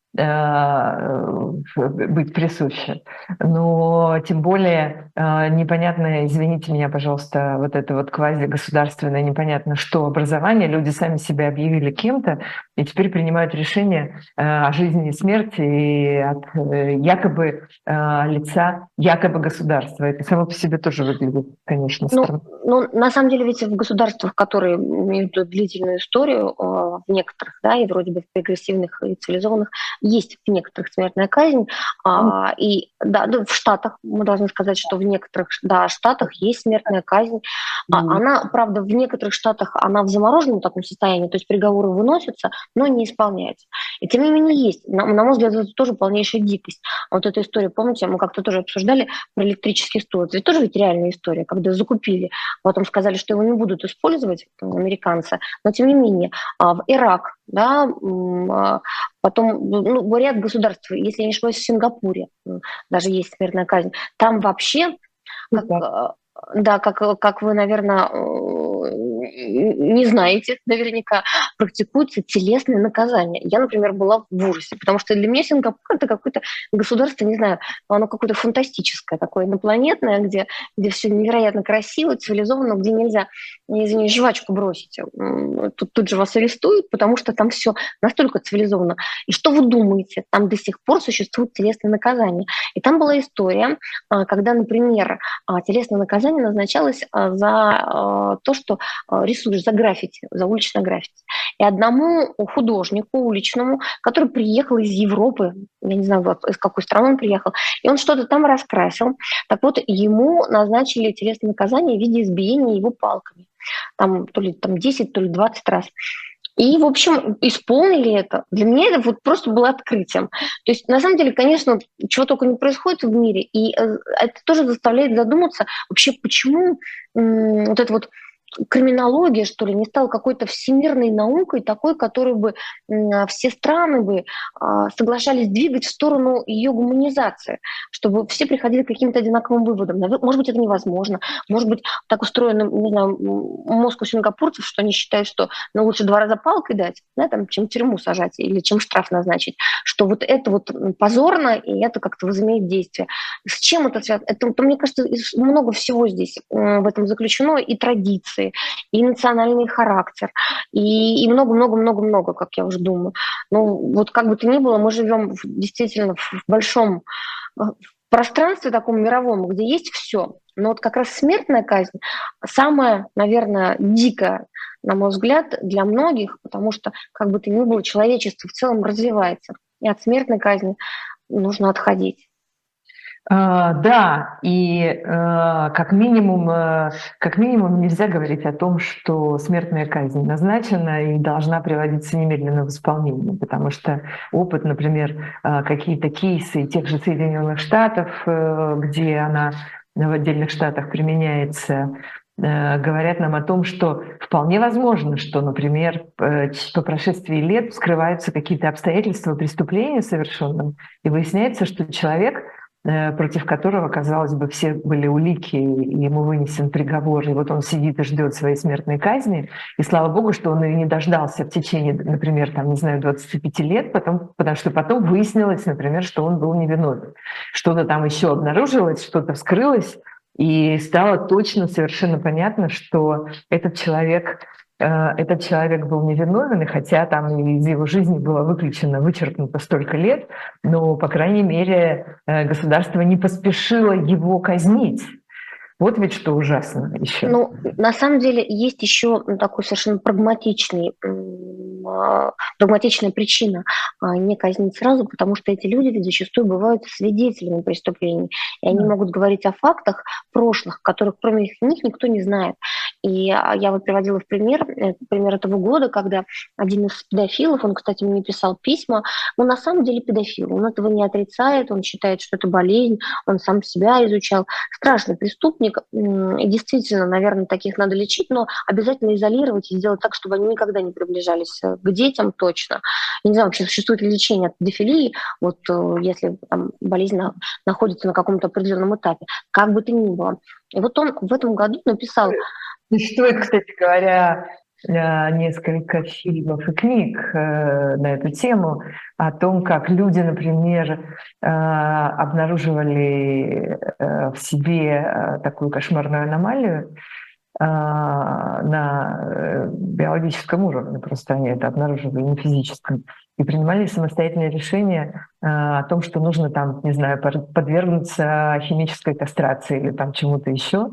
быть присуща. Но тем более непонятно, извините меня, пожалуйста, вот это вот квазигосударственное, непонятно что образование, люди сами себя объявили кем-то и теперь принимают решение о жизни и смерти и от якобы лица якобы государства. Это само по себе тоже выглядит, конечно, странно. Ну, ну, на самом деле, ведь в государствах, которые имеют длительную историю, в некоторых, да, и вроде бы в прогрессивных и цивилизованных, есть в некоторых смертная казнь, а, и да, да, в Штатах, мы должны сказать, что в некоторых да, Штатах есть смертная казнь. Mm-hmm. А, она, правда, в некоторых Штатах она в замороженном таком состоянии, то есть приговоры выносятся, но не исполняются. И тем не менее есть. На, на мой взгляд, это тоже полнейшая дикость. Вот эта история, помните, мы как-то тоже обсуждали про электрический стул. Это тоже ведь реальная история, когда закупили, потом сказали, что его не будут использовать американцы, но тем не менее в Ирак, да, потом ну, ряд государств, если я не ошибаюсь, в Сингапуре даже есть смертная казнь. Там вообще, как, да. Да, как, как вы, наверное, не знаете, наверняка, практикуется телесное наказание. Я, например, была в ужасе, потому что для меня Сингапур – это какое-то государство, не знаю, оно какое-то фантастическое, такое инопланетное, где, где все невероятно красиво, цивилизованно, где нельзя, извини, жвачку бросить. Тут, тут же вас арестуют, потому что там все настолько цивилизованно. И что вы думаете? Там до сих пор существует телесное наказание. И там была история, когда, например, телесное наказание назначалось за то, что рисуешь, за граффити, за уличное граффити. И одному художнику уличному, который приехал из Европы, я не знаю, из какой страны он приехал, и он что-то там раскрасил, так вот ему назначили телесное наказание в виде избиения его палками. Там то ли там десять, то ли двадцать раз. И, в общем, исполнили это. Для меня это вот просто было открытием. То есть, на самом деле, конечно, чего только не происходит в мире, и это тоже заставляет задуматься вообще, почему м- вот это вот криминология, что ли, не стала какой-то всемирной наукой, такой, которую бы все страны бы соглашались двигать в сторону ее гуманизации, чтобы все приходили к каким-то одинаковым выводам. Может быть, это невозможно. Может быть, так устроен, не знаю, мозг у сингапурцев, что они считают, что ну, лучше два раза палкой дать, да, там, чем тюрьму сажать или чем штраф назначить. Что вот это вот позорно, и это как-то возымеет действие. С чем это связано? Это, мне кажется, много всего здесь в этом заключено, и традиции, эмоции, и национальный характер, и много-много-много-много, как я уже думаю. Ну, вот как бы то ни было, мы живем действительно в большом в пространстве таком мировом, где есть все. Но вот как раз смертная казнь самая, наверное, дикая, на мой взгляд, для многих, потому что, как бы то ни было, человечество в целом развивается. И от смертной казни нужно отходить. А, да, и э, как минимум, э, как минимум нельзя говорить о том, что смертная казнь назначена и должна приводиться немедленно в исполнение, потому что опыт, например, э, какие-то кейсы тех же Соединенных Штатов, э, где она в отдельных штатах применяется, э, говорят нам о том, что вполне возможно, что, например, э, по прошествии лет вскрываются какие-то обстоятельства преступления совершенным, и выясняется, что человек, против которого, казалось бы, все были улики, и ему вынесен приговор, и вот он сидит и ждет своей смертной казни, и слава богу, что он ее не дождался в течение, например, там, не знаю, двадцати пяти лет, потом, потому что потом выяснилось, например, что он был невиновен. Что-то там еще обнаружилось, что-то вскрылось, и стало точно совершенно понятно, что этот человек этот человек был невиновен, и хотя там из его жизни было выключено, вычеркнуто столько лет, но, по крайней мере, государство не поспешило его казнить. Вот ведь что ужасно еще. Ну, на самом деле есть еще такой совершенно прагматичный, прагматичная причина не казнить сразу, потому что эти люди ведь зачастую бывают свидетелями преступлений, и они да. могут говорить о фактах прошлых, которых кроме них никто не знает. И я вот приводила в пример, пример этого года, когда один из педофилов, он, кстати, мне писал письма, он на самом деле педофил, он этого не отрицает, он считает, что это болезнь, он сам себя изучал. Страшный преступник, и действительно, наверное, таких надо лечить, но обязательно изолировать и сделать так, чтобы они никогда не приближались к детям точно. Я не знаю, вообще существует ли лечение от педофилии, вот если там, болезнь находится на каком-то определенном этапе, как бы то ни было. И вот он в этом году написал... Существует, кстати говоря, несколько фильмов и книг на эту тему о том, как люди, например, обнаруживали в себе такую кошмарную аномалию на биологическом уровне, просто они это обнаруживали, не физическом, и принимали самостоятельное решение о том, что нужно там, не знаю, подвергнуться химической кастрации или там чему-то еще,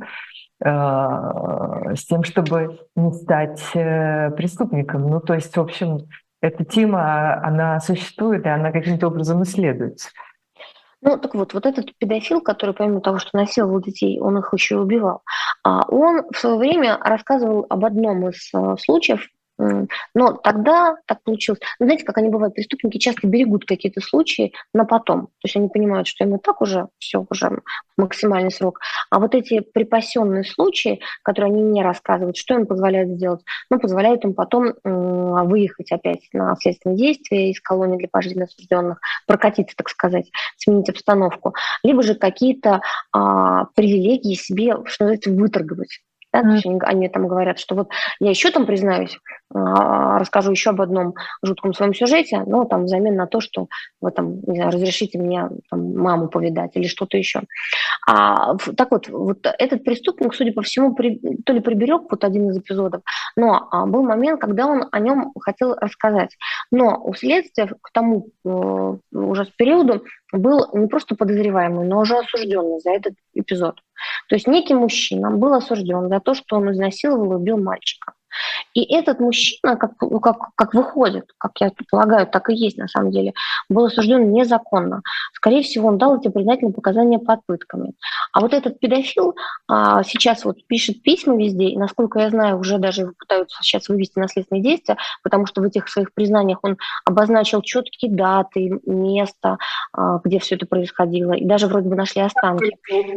с тем, чтобы не стать преступником. Ну, то есть, в общем, эта тема, она существует, и она каким-то образом исследуется. Ну, так вот, вот этот педофил, который, помимо того, что насиловал детей, он их еще и убивал, он в свое время рассказывал об одном из случаев, но тогда так получилось. Вы знаете, как они бывают, преступники часто берегут какие-то случаи на потом. То есть они понимают, что им и так уже все, уже максимальный срок. А вот эти припасенные случаи, которые они не рассказывают, что им позволяет сделать? Ну, позволяет им потом выехать опять на следственные действия из колонии для пожизненно осужденных, прокатиться, так сказать, сменить обстановку. Либо же какие-то а, привилегии себе, что называется, выторговать. Да, то есть они, они там говорят, что вот я еще там признаюсь, расскажу еще об одном жутком своем сюжете, но там взамен на то, что вы там, не знаю, разрешите мне там, маму повидать или что-то еще. А, так вот, вот этот преступник, судя по всему, при, то ли приберег вот один из эпизодов, но а, был момент, когда он о нем хотел рассказать. Но у следствия к тому э, уже с периоду был не просто подозреваемый, но уже осужденный за этот эпизод. То есть некий мужчина был осужден за то, что он изнасиловал и убил мальчика. И этот мужчина, как, как, как выходит, как я полагаю, так и есть на самом деле, был осужден незаконно. Скорее всего, он дал эти признательные показания под пытками. А вот этот педофил а, сейчас вот пишет письма везде, и, насколько я знаю, уже даже его пытаются сейчас вывести на следственные действия, потому что в этих своих признаниях он обозначил четкие даты, место, а, где все это происходило, и даже вроде бы нашли останки.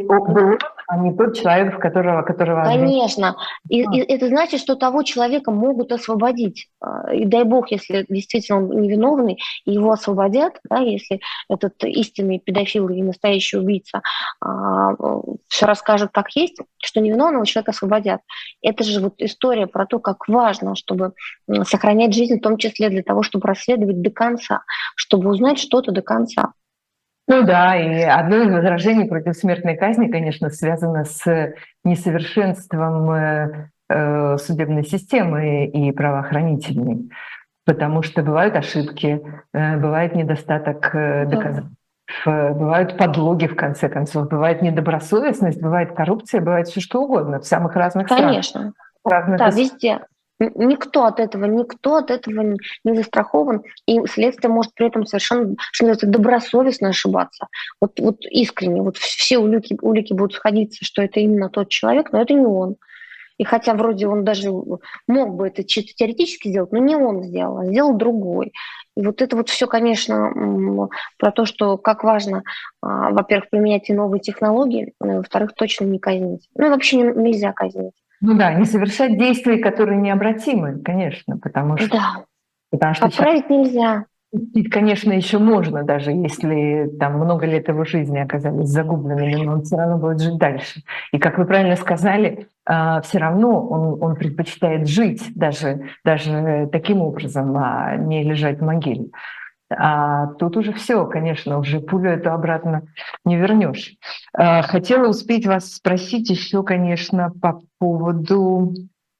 А не тот человек, в которого... которого Конечно. И, и это значит, что того человека могут освободить. И дай бог, если действительно он невиновный, и его освободят, да, если этот истинный педофил и настоящий убийца а, все расскажет как есть, что невиновного человека освободят. Это же вот история про то, как важно, чтобы сохранять жизнь, в том числе для того, чтобы расследовать до конца, чтобы узнать что-то до конца. Ну да, и одно из возражений против смертной казни, конечно, связано с несовершенством э, судебной системы и правоохранительной, потому что бывают ошибки, э, бывает недостаток э, доказательств, э, бывают подлоги, в конце концов, бывает недобросовестность, бывает коррупция, бывает все что угодно в самых разных странах. Конечно. Разных Да, гос- везде. Н- Никто от этого, никто от этого не не застрахован, и следствие может при этом совершенно, что называется, добросовестно ошибаться. Вот, вот искренне, вот вс- все улики, улики будут сходиться, что это именно тот человек, но это не он. И хотя вроде он даже мог бы это чисто теоретически сделать, но не он сделал, а сделал другой. И вот это вот все, конечно, м, про то, что как важно, а, во-первых, применять и новые технологии, а во-вторых, точно не казнить. Ну и вообще не- нельзя казнить. Ну да, не совершать действия, которые необратимы, конечно, потому что, Да, потому что человек, поправить нельзя. конечно, еще можно, даже если там много лет его жизни оказались загубленными, но он все равно будет жить дальше. И, как вы правильно сказали, все равно он, он предпочитает жить даже, даже таким образом, а не лежать в могиле. А тут уже все, конечно, уже пулю эту обратно не вернешь. А, Хотела успеть вас спросить еще, конечно, по поводу,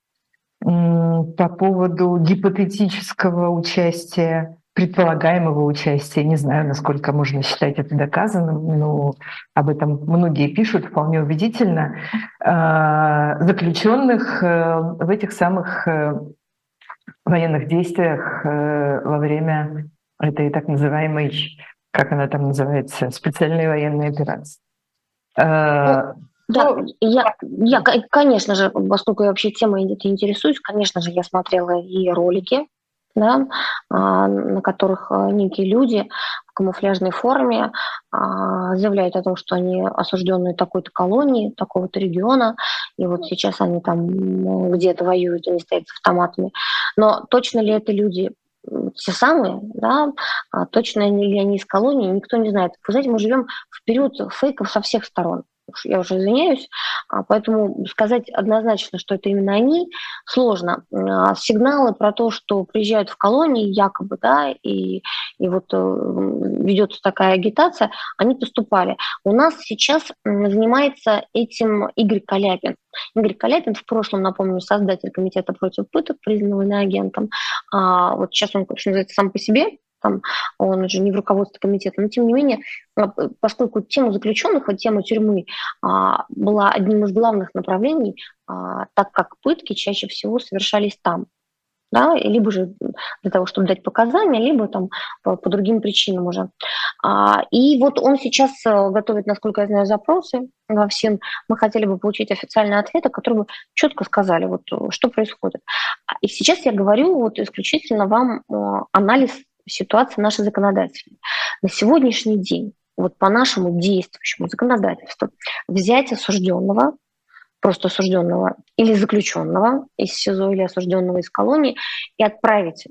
м, по поводу гипотетического участия, предполагаемого участия. Не знаю, насколько можно считать это доказанным, но об этом многие пишут вполне убедительно. А, Заключенных э, в этих самых э, военных действиях э, во время этой так называемой, как она там называется, специальной военной операции. Ну, Э, да, что- я, я, ко- конечно же, поскольку я вообще темой этой интересуюсь, конечно же, я смотрела и ролики, да, а, на которых а, некие люди в камуфляжной форме а, заявляют о том, что они осужденные такой-то колонии, такого-то региона, и вот сейчас они там м, где-то воюют, они стоят с автоматами. Но точно ли это люди м, те самые, да, а точно ли они из колонии, никто не знает. Вы знаете, мы живем в период фейков со всех сторон. Уж я уже извиняюсь, а, поэтому сказать однозначно, что это именно они, сложно. А, Сигналы про то, что приезжают в колонии якобы, да, и, и вот э, ведется такая агитация, они поступали. У нас сейчас м, занимается этим Игорь Каляпин. Игорь Каляпин, в прошлом, напомню, создатель комитета против пыток, признанный иноагентом. А, вот сейчас он, что называется, сам по себе, там, он уже не в руководстве комитета, но тем не менее, а, поскольку тема заключенных, вот тема тюрьмы а, была одним из главных направлений, а, так как пытки чаще всего совершались там. Да, либо же для того, чтобы дать показания, либо там по, по другим причинам уже. А, и вот он сейчас э, готовит, насколько я знаю, запросы во всем. Мы хотели бы получить официальные ответы, которые бы четко сказали, вот, э, что происходит. А, И сейчас я говорю вот исключительно вам э, анализ ситуации нашей законодательной. На сегодняшний день вот по нашему действующему законодательству взять осужденного, просто осужденного или заключенного из СИЗО или осужденного из колонии и отправить э,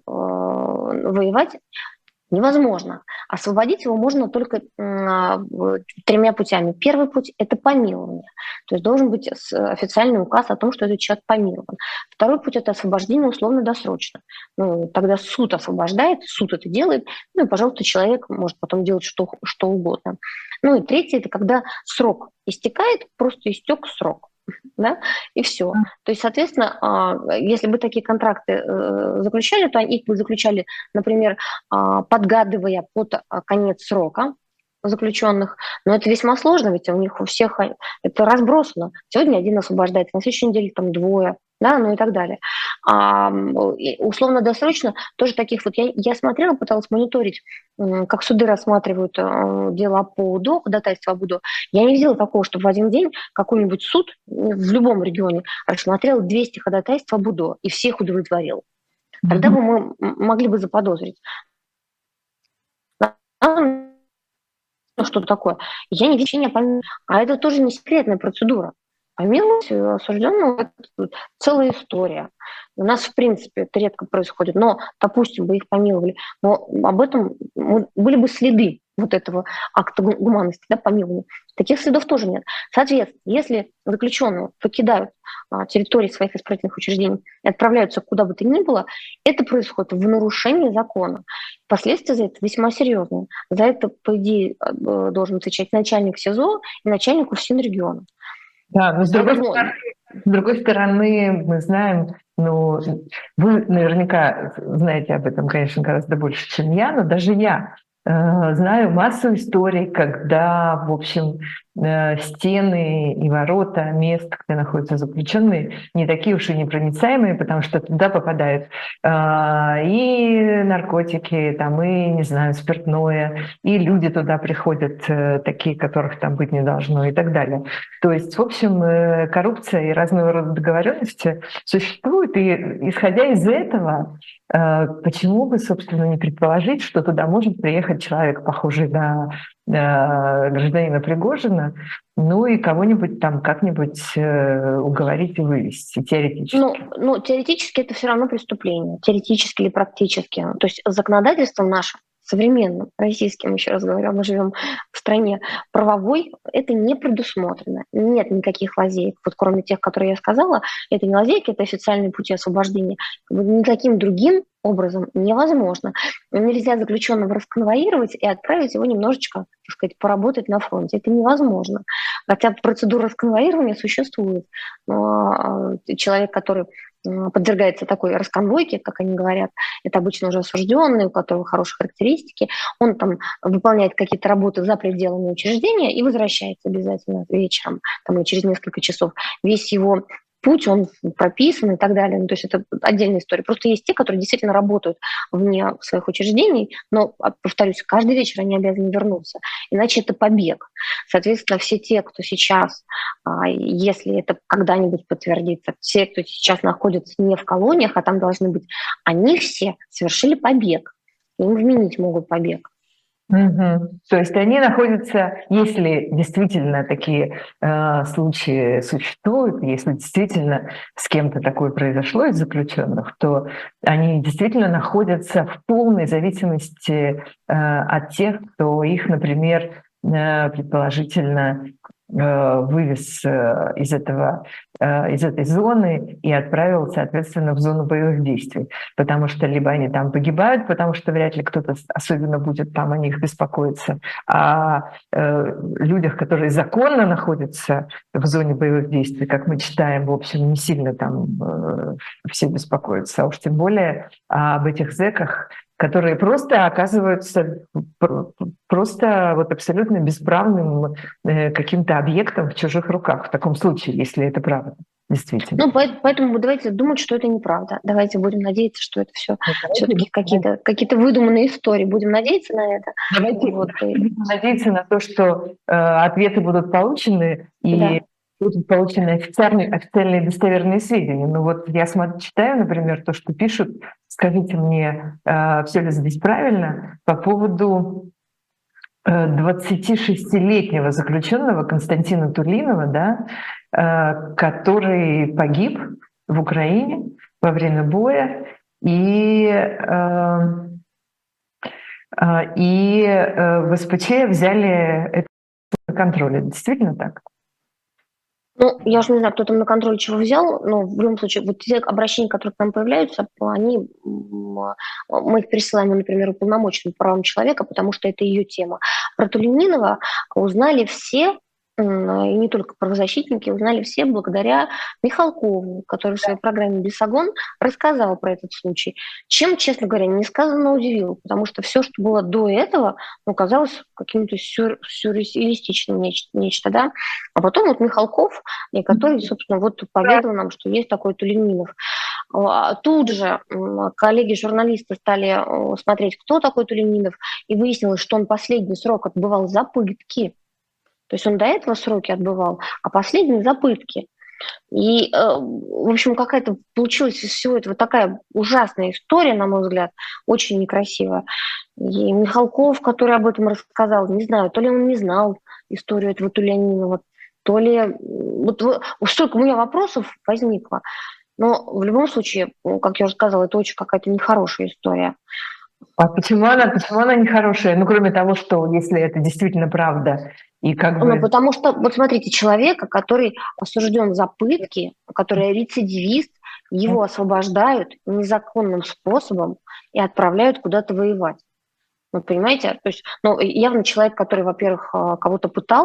воевать невозможно. Освободить его можно только э, тремя путями. Первый путь – это помилование. То есть должен быть официальный указ о том, что этот человек помилован. Второй путь – это освобождение условно-досрочно. Ну, тогда суд освобождает, суд это делает, ну и, пожалуйста, человек может потом делать что, что угодно. Ну и третье – это когда срок истекает, просто истек срок. Да? И все. То есть, соответственно, а, если бы такие контракты э, заключали, то их бы заключали, например, а, подгадывая под а, конец срока заключенных. Но это весьма сложно, ведь у них у всех а, это разбросано. Сегодня один освобождается, на следующей неделе там двое, да, ну и так далее. А, условно-досрочно тоже таких вот я, я смотрела, пыталась мониторить, как суды рассматривают э, дела по УДО, ходатайство об УДО. Я не видела такого, чтобы в один день какой-нибудь суд в любом регионе рассмотрел двести ходатайств об УДО и всех удовлетворил. Тогда бы мы могли бы заподозрить. Ну, что такое? Я не вещение помилования. А это тоже не секретная процедура. Помиловать осужденного – это целая история. У нас, в принципе, это редко происходит. Но, допустим, бы их помиловали. Но об этом были бы следы вот этого акта гуманности, да, помилования. Таких следов тоже нет. Соответственно, если заключенные покидают а, территории своих исправительных учреждений и отправляются куда бы то ни было, это происходит в нарушении закона. Последствия за это весьма серьезные. За это, по идее, должен отвечать начальник СИЗО и начальник УФСИН региона. Да, но с другой Поэтому стороны, С другой стороны, мы знаем, ну, вы наверняка знаете об этом, конечно, гораздо больше, чем я, но даже я э, знаю массу историй, когда, в общем, э, стены и ворота мест, где находятся заключенные, не такие уж и непроницаемые, потому что туда попадают э, и наркотики, там, и, не знаю, спиртное, и люди туда приходят, э, такие, которых там быть не должно, и так далее. То есть, в общем, э, коррупция и разного рода договоренности существуют, и исходя из этого, э, почему бы, собственно, не предположить, что туда может приехать человек, похожий на э, гражданина Пригожина, ну и кого-нибудь там как-нибудь э, уговорить и вывести теоретически. Ну, ну, теоретически это все равно преступление, теоретически или практически. То есть законодательством нашим, современным, российским, еще раз говорю, мы живем в стране правовой, это не предусмотрено. Нет никаких лазеек. Вот кроме тех, которые я сказала, это не лазейки, это официальные пути освобождения. Никаким другим образом невозможно. Нельзя заключенного расконвоировать и отправить его немножечко, так сказать, поработать на фронте. Это невозможно. Хотя процедура расконвоирования существует. Но человек, который подвергается такой расконвойке, как они говорят, это обычно уже осужденный, у которого хорошие характеристики, он там выполняет какие-то работы за пределами учреждения и возвращается обязательно вечером, там, или через несколько часов. Весь его путь, он прописан и так далее. Ну, то есть это отдельная история. Просто есть те, которые действительно работают вне своих учреждений, но, повторюсь, каждый вечер они обязаны вернуться. Иначе это побег. Соответственно, все те, кто сейчас, если это когда-нибудь подтвердится, все, кто сейчас находится не в колониях, а там должны быть, они все совершили побег. Им вменить могут побег. Угу. То есть они находятся, если действительно такие э, случаи существуют, если действительно с кем-то такое произошло из заключенных, то они действительно находятся в полной зависимости э, от тех, кто их, например, э, предположительно э, вывез э, из этого, э, из этой зоны и отправил, соответственно, в зону боевых действий. Потому что либо они там погибают, потому что вряд ли кто-то особенно будет там о них беспокоиться, а э, людях, которые законно находятся в зоне боевых действий, как мы читаем, в общем, не сильно там э, все беспокоятся, а уж тем более об этих зэках, которые просто оказываются просто вот абсолютно бесправным э, каким-то объектом в чужих руках, в таком случае, если это правда. Действительно. Ну, поэтому давайте думать, что это неправда. Давайте будем надеяться, что это все ну, все-таки какие-то, какие-то выдуманные истории. Будем надеяться на это. Давайте вот. будем надеяться на то, что э, ответы будут получены и да. будут получены официальные, официальные достоверные сведения. Ну вот я смотрю, читаю, например, то, что пишут. Скажите мне, э, все ли здесь правильно по поводу двадцатишестилетнего заключенного Константина Тулинова, да, который погиб в Украине во время боя, и, и в СПЧ взяли это на контроль. Это действительно так? Ну, я уже не знаю, кто там на контроль чего взял, но в любом случае, вот те обращения, которые к нам появляются, они, мы их пересылаем, например, уполномоченному по правам человека, потому что это ее тема. Про Тулининова узнали все, и не только правозащитники, узнали все благодаря Михалкову, который в своей программе «Бесогон» рассказал про этот случай. Чем, честно говоря, несказанно удивил, потому что все, что было до этого, ну, казалось каким-то сюр- сюрреалистичным нечто, нечто, да. А потом вот Михалков, который, собственно, вот поведал нам, что есть такой Тулининов. Тут же коллеги-журналисты стали смотреть, кто такой Тулининов, и выяснилось, что он последний срок отбывал за пытки. То есть он до этого сроки отбывал, а последние за пытки. И, в общем, какая-то получилась из всего этого такая ужасная история, на мой взгляд, очень некрасивая. И Михалков, который об этом рассказал, не знаю, то ли он не знал историю этого Тулининова, то ли... Вот столько у меня вопросов возникло. Но в любом случае, как я уже сказала, это очень какая-то нехорошая история. А почему она, почему она нехорошая? Ну, кроме того, что если это действительно правда, и как бы... Ну, потому что, вот смотрите, человека, который осужден за пытки, который рецидивист, его освобождают незаконным способом и отправляют куда-то воевать. Вы понимаете? То есть, ну, явно человек, который, во-первых, кого-то пытал,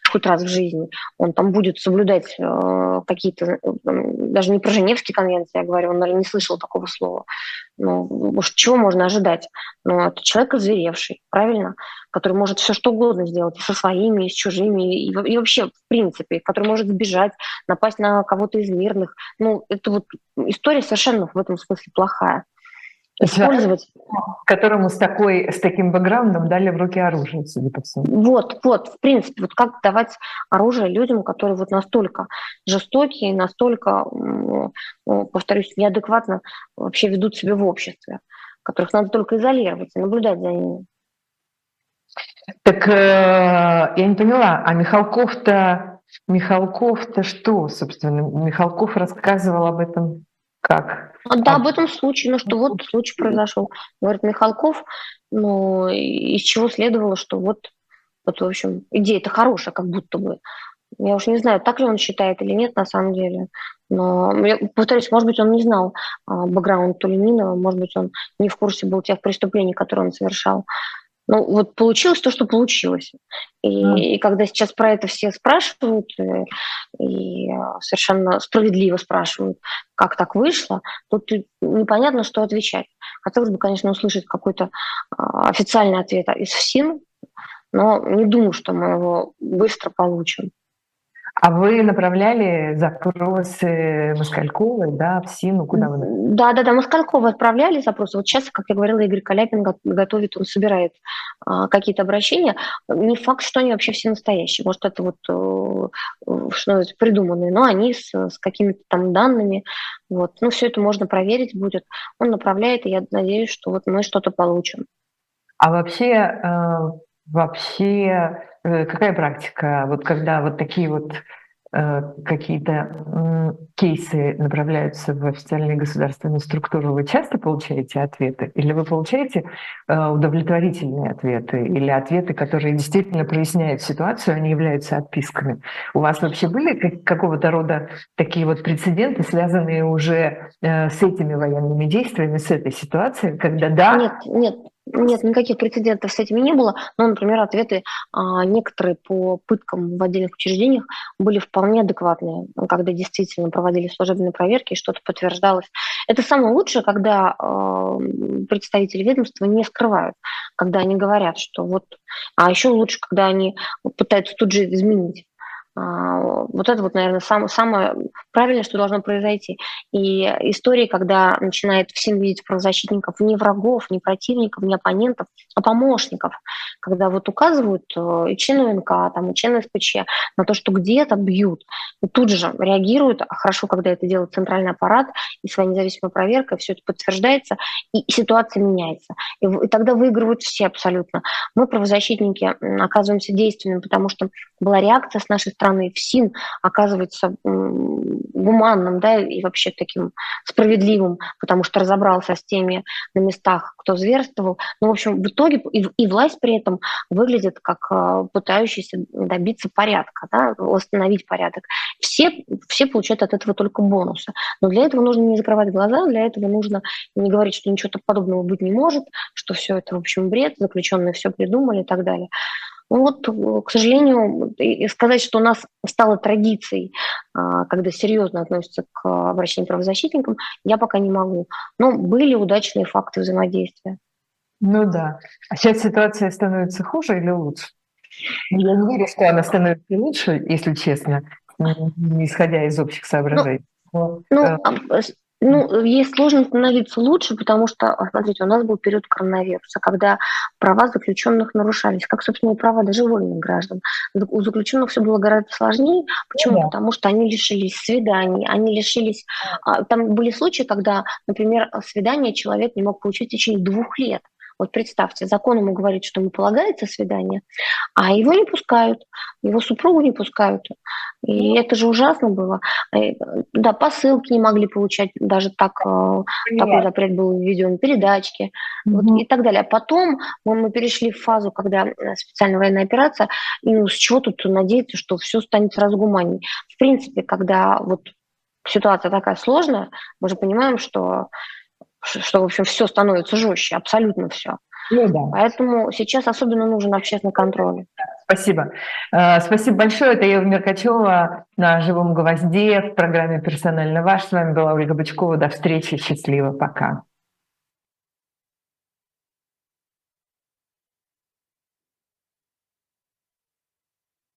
хоть раз в жизни, он там будет соблюдать э, какие-то, э, даже не про Женевские конвенции, я говорю, он, наверное, не слышал такого слова. Ну, уж чего можно ожидать? Ну, это человек озверевший, правильно? Который может все что угодно сделать и со своими, и с чужими, и, и вообще, в принципе, который может сбежать, напасть на кого-то из мирных. Ну, это вот история совершенно в этом смысле плохая. Использовать. Которому с, такой, с таким бэкграундом дали в руки оружие, судя по всему. Вот, вот, в принципе, вот как давать оружие людям, которые вот настолько жестокие, настолько, повторюсь, неадекватно вообще ведут себя в обществе, которых надо только изолировать и наблюдать за ними. Так э, я не поняла, а Михалков-то, Михалков-то что, собственно? Михалков рассказывал об этом как? Да, об этом случае, ну что вот случай произошел. Говорит Михалков, ну из чего следовало, что вот, вот в общем, идея-то хорошая, как будто бы. Я уж не знаю, так ли он считает или нет на самом деле. Но, я повторюсь, может быть, он не знал а, бэкграунд Тулеминова, может быть, он не в курсе был тех преступлений, которые он совершал. Ну, вот получилось то, что получилось. И, mm. и когда сейчас про это все спрашивают, и, и совершенно справедливо спрашивают, как так вышло, тут непонятно, что отвечать. Хотелось бы, конечно, услышать какой-то а, официальный ответ из ФСИН, но не думаю, что мы его быстро получим. А вы направляли запросы Москальковой, да, в СИНу, куда вы? Да, да, да, Москальковой отправляли запросы. Вот сейчас, как я говорила, Игорь Каляпин готовит, он собирает а, какие-то обращения. Не факт, что они вообще все настоящие. Может, это вот э, что придуманные, но они с, с какими-то там данными. Вот. Ну, все это можно проверить будет. Он направляет, и я надеюсь, что вот мы что-то получим. А вообще, э, вообще какая практика, вот когда вот такие вот э, какие-то э, кейсы направляются в официальные государственные структуры, вы часто получаете ответы? Или вы получаете э, удовлетворительные ответы? Или ответы, которые действительно проясняют ситуацию, они являются отписками? У вас вообще были как, какого-то рода такие вот прецеденты, связанные уже э, с этими военными действиями, с этой ситуацией, когда да... Нет, нет. Нет, никаких прецедентов с этими не было, но, например, ответы а, некоторые по пыткам в отдельных учреждениях были вполне адекватные, когда действительно проводили служебные проверки и что-то подтверждалось. Это самое лучшее, когда а, представители ведомства не скрывают, когда они говорят, что вот... А еще лучше, когда они пытаются тут же изменить. Вот это вот, наверное, самое, самое правильное, что должно произойти. И истории, когда начинает всем видеть правозащитников не врагов, не противников, не оппонентов, а помощников, когда вот указывают и члены ОНК, там, и члены СПЧ на то, что где-то бьют, и тут же реагируют, а хорошо, когда это делает центральный аппарат, и своя независимая проверка, все это подтверждается, и ситуация меняется. И, и тогда выигрывают все абсолютно. Мы, правозащитники, оказываемся действенными, потому что была реакция с нашей стороны, ФСИН оказывается гуманным, да, и вообще таким справедливым, потому что разобрался с теми на местах, кто зверствовал. Ну, в общем, в итоге и, и власть при этом выглядит как э, пытающаяся добиться порядка, да, восстановить порядок. Все, все получают от этого только бонусы. Но для этого нужно не закрывать глаза, для этого нужно не говорить, что ничего подобного быть не может, что все это, в общем, бред, заключенные все придумали и так далее. Ну вот, к сожалению, и сказать, что у нас стало традицией, когда серьезно относятся к обращению к правозащитникам, я пока не могу. Но были удачные факты взаимодействия. Ну да. А сейчас ситуация становится хуже или лучше? Я не верю, что она становится лучше, если честно, не исходя из общих соображений. Ну, ну, Ну, ей сложно становиться лучше, потому что, смотрите, у нас был период коронавируса, когда права заключенных нарушались, как, собственно, и права даже вольных граждан. У заключенных все было гораздо сложнее. Почему? Да. Потому что они лишились свиданий, они лишились... Там были случаи, когда, например, свидание человек не мог получить в течение двух лет. Вот представьте, закон ему говорит, что ему полагается свидание, а его не пускают, его супругу не пускают. И это же ужасно было. Да, посылки не могли получать, даже так, такой запрет был введен, передачки, угу. вот, и так далее. А потом мы, мы перешли в фазу, когда специальная военная операция, и ну, с чего тут надеяться, что все станет сразу гуманней. В принципе, когда вот ситуация такая сложная, мы же понимаем, что что, в общем, все становится жестче, абсолютно все. Ну, да. Поэтому сейчас особенно нужен общественный контроль. Спасибо. Э, Спасибо большое. Это Ева Меркачева на «Живом гвозде» в программе «Персонально ваш». С вами была Ольга Бычкова. До встречи. Счастливо. Пока.